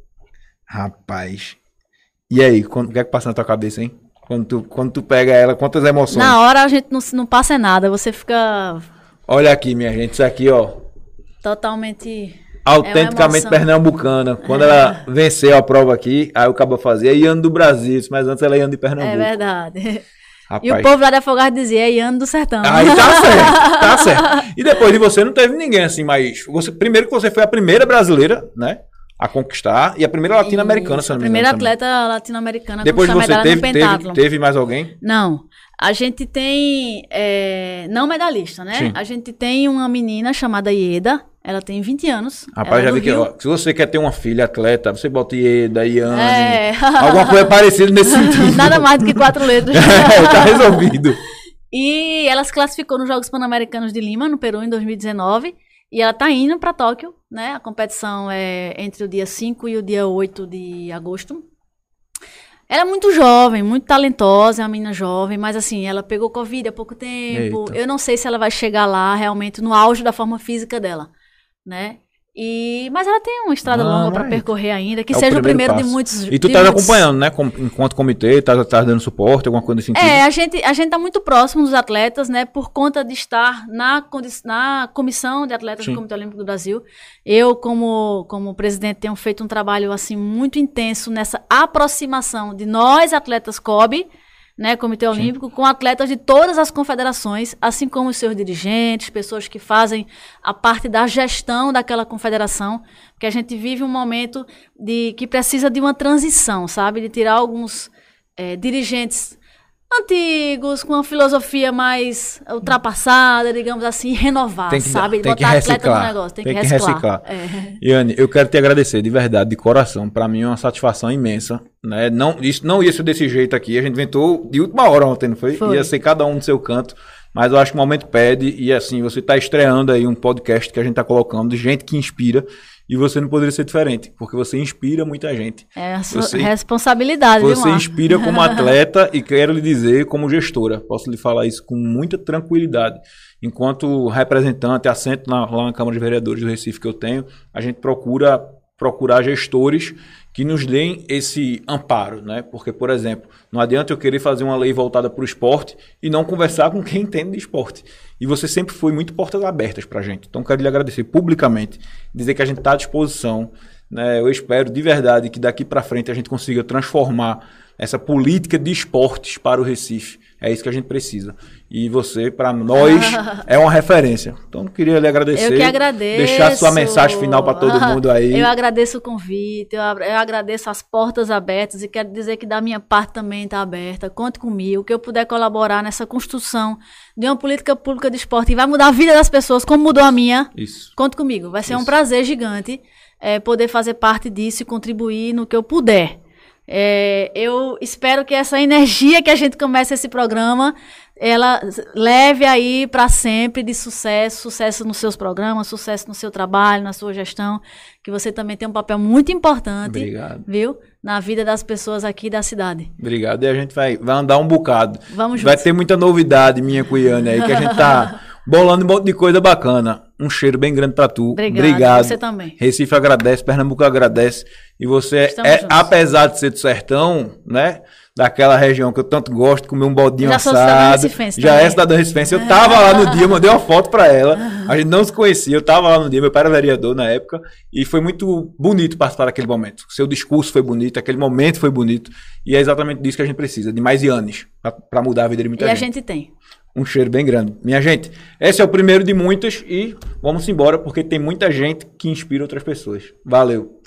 A: Rapaz. E aí, quando, o que é que passa na tua cabeça, hein? Quando tu, quando tu pega ela, quantas emoções?
B: Na hora a gente não, não passa nada, você fica...
A: Olha aqui, minha gente, isso aqui, ó.
B: Totalmente...
A: Autenticamente é pernambucana. Quando é. ela venceu a prova aqui, aí o cabo fazia Iano do Brasil, mas antes ela ia Iano de Pernambuco.
B: É verdade.
A: Rapaz.
B: E o povo lá de Afogados dizia é Iano do Sertão.
A: Aí tá certo, tá certo. E depois de você não teve ninguém assim, mas você, primeiro que você foi a primeira brasileira, né, a conquistar. E a primeira latino-americana, se não me engano.
B: A primeira atleta latino-americana a
A: Depois
B: conquistar
A: você
B: medalha
A: teve,
B: no pentátlon.
A: teve, teve mais alguém?
B: Não. A gente tem, é, não medalhista, né?
A: Sim.
B: A gente tem uma menina chamada Ieda, ela tem vinte anos.
A: Rapaz, já
B: ela é
A: vi
B: do
A: que,
B: Rio.
A: ó, se você quer ter uma filha atleta, você bota Ieda, Iane,
B: É.
A: alguma coisa parecida nesse sentido.
B: Nada mais do que quatro letras.
A: É, tá resolvido.
B: E ela se classificou nos Jogos Pan-Americanos de Lima, no Peru, em dois mil e dezenove. E ela tá indo para Tóquio, né? A competição é entre o dia cinco e o dia oito de agosto. Ela é muito jovem, muito talentosa, é uma menina jovem, mas assim, ela pegou Covid há pouco tempo.
A: Eita.
B: Eu não sei se ela vai chegar lá realmente no auge da forma física dela, né? E, mas ela tem uma estrada
A: Não,
B: longa para
A: mas
B: percorrer ainda, que
A: é o
B: seja o primeiro,
A: primeiro
B: de
A: passo.
B: muitos.
A: E tu
B: de
A: tá
B: muitos...
A: acompanhando, né? Com, enquanto comitê, tá, tá dando suporte, alguma coisa nesse sentido?
B: É, a gente, a gente tá muito próximo dos atletas, né, por conta de estar na, condi- na comissão de atletas
A: Sim.
B: do Comitê Olímpico do Brasil. Eu, como, como presidente, tenho feito um trabalho, assim, muito intenso nessa aproximação de nós, atletas C O B, né, Comitê Olímpico, com atletas de todas as confederações, assim como os seus dirigentes, pessoas que fazem a parte da gestão daquela confederação, porque a gente vive um momento de que precisa de uma transição, sabe, de tirar alguns é, dirigentes antigos, com uma filosofia mais ultrapassada, digamos assim, renovar,
A: Tem que,
B: sabe,
A: tem que
B: botar atleta
A: reciclar.
B: no negócio, tem,
A: tem
B: que
A: que
B: reciclar.
A: reciclar.
B: É.
A: Iane, eu quero te agradecer de verdade, de coração. Para mim é uma satisfação imensa, né? Não, isso não ia ser desse jeito aqui. A gente inventou de última hora ontem, não foi?
B: Foi.
A: Ia ser cada um no seu canto. Mas eu acho que o momento pede. E assim, você está estreando aí um podcast que a gente está colocando de gente que inspira. E você não poderia ser diferente, porque você inspira muita gente.
B: É a sua
A: Você-
B: responsabilidade, viu,
A: Você
B: Marco?
A: inspira como atleta e quero lhe dizer como gestora. Posso lhe falar isso com muita tranquilidade. Enquanto representante, assento na, lá na Câmara de Vereadores do Recife que eu tenho, a gente procura procurar gestores que nos deem esse amparo, né? Porque, por exemplo, não adianta eu querer fazer uma lei voltada para o esporte e não conversar com quem entende de esporte. E você sempre foi muito portas abertas para a gente. Então, quero lhe agradecer publicamente, dizer que a gente está à disposição, né? Eu espero de verdade que daqui para frente a gente consiga transformar essa política de esportes para o Recife. É isso que a gente precisa. E você, para nós, é uma referência. Então, eu queria lhe agradecer.
B: Eu que agradeço.
A: Deixar sua mensagem final para todo mundo aí.
B: Eu agradeço o convite, eu, ab- eu agradeço as portas abertas e quero dizer que da minha parte também está aberta. Conte comigo, que eu puder colaborar nessa construção de uma política pública de esporte que vai mudar a vida das pessoas, como mudou a minha.
A: Isso.
B: Conte comigo. Vai ser um
A: Isso.
B: prazer gigante é, poder fazer parte disso e contribuir no que eu puder. É, eu espero que essa energia que a gente começa esse programa, ela leve aí para sempre de sucesso, sucesso nos seus programas, sucesso no seu trabalho, na sua gestão, que você também tem um papel muito importante,
A: Obrigado.
B: viu, na vida das pessoas aqui da cidade.
A: Obrigado. E a gente vai, vai andar um bocado.
B: Vamos
A: Vai
B: juntos.
A: ter muita novidade minha com o Iane aí, que a gente tá bolando um monte de coisa bacana. Um cheiro bem grande pra tu.
B: Obrigado,
A: Obrigado.
B: você também.
A: Recife agradece, Pernambuco agradece. E você,
B: Estamos
A: é,
B: juntos.
A: apesar de ser do sertão, né? Daquela região que eu tanto gosto, comer um baldinho
B: Já sou cidadã
A: assado.
B: recifense
A: Já
B: também.
A: é cidadã recifense. Eu tava lá no dia, mandei uma foto pra ela. A gente não se conhecia, eu tava lá no dia, meu pai era vereador na época. E foi muito bonito participar daquele momento. Seu discurso foi bonito, aquele momento foi bonito. E é exatamente disso que a gente precisa, de mais Ianes, pra, pra mudar a vida de muita
B: E a
A: gente.
B: gente tem.
A: Um cheiro bem grande. Minha gente, esse é o primeiro de muitas e vamos embora porque tem muita gente que inspira outras pessoas. Valeu!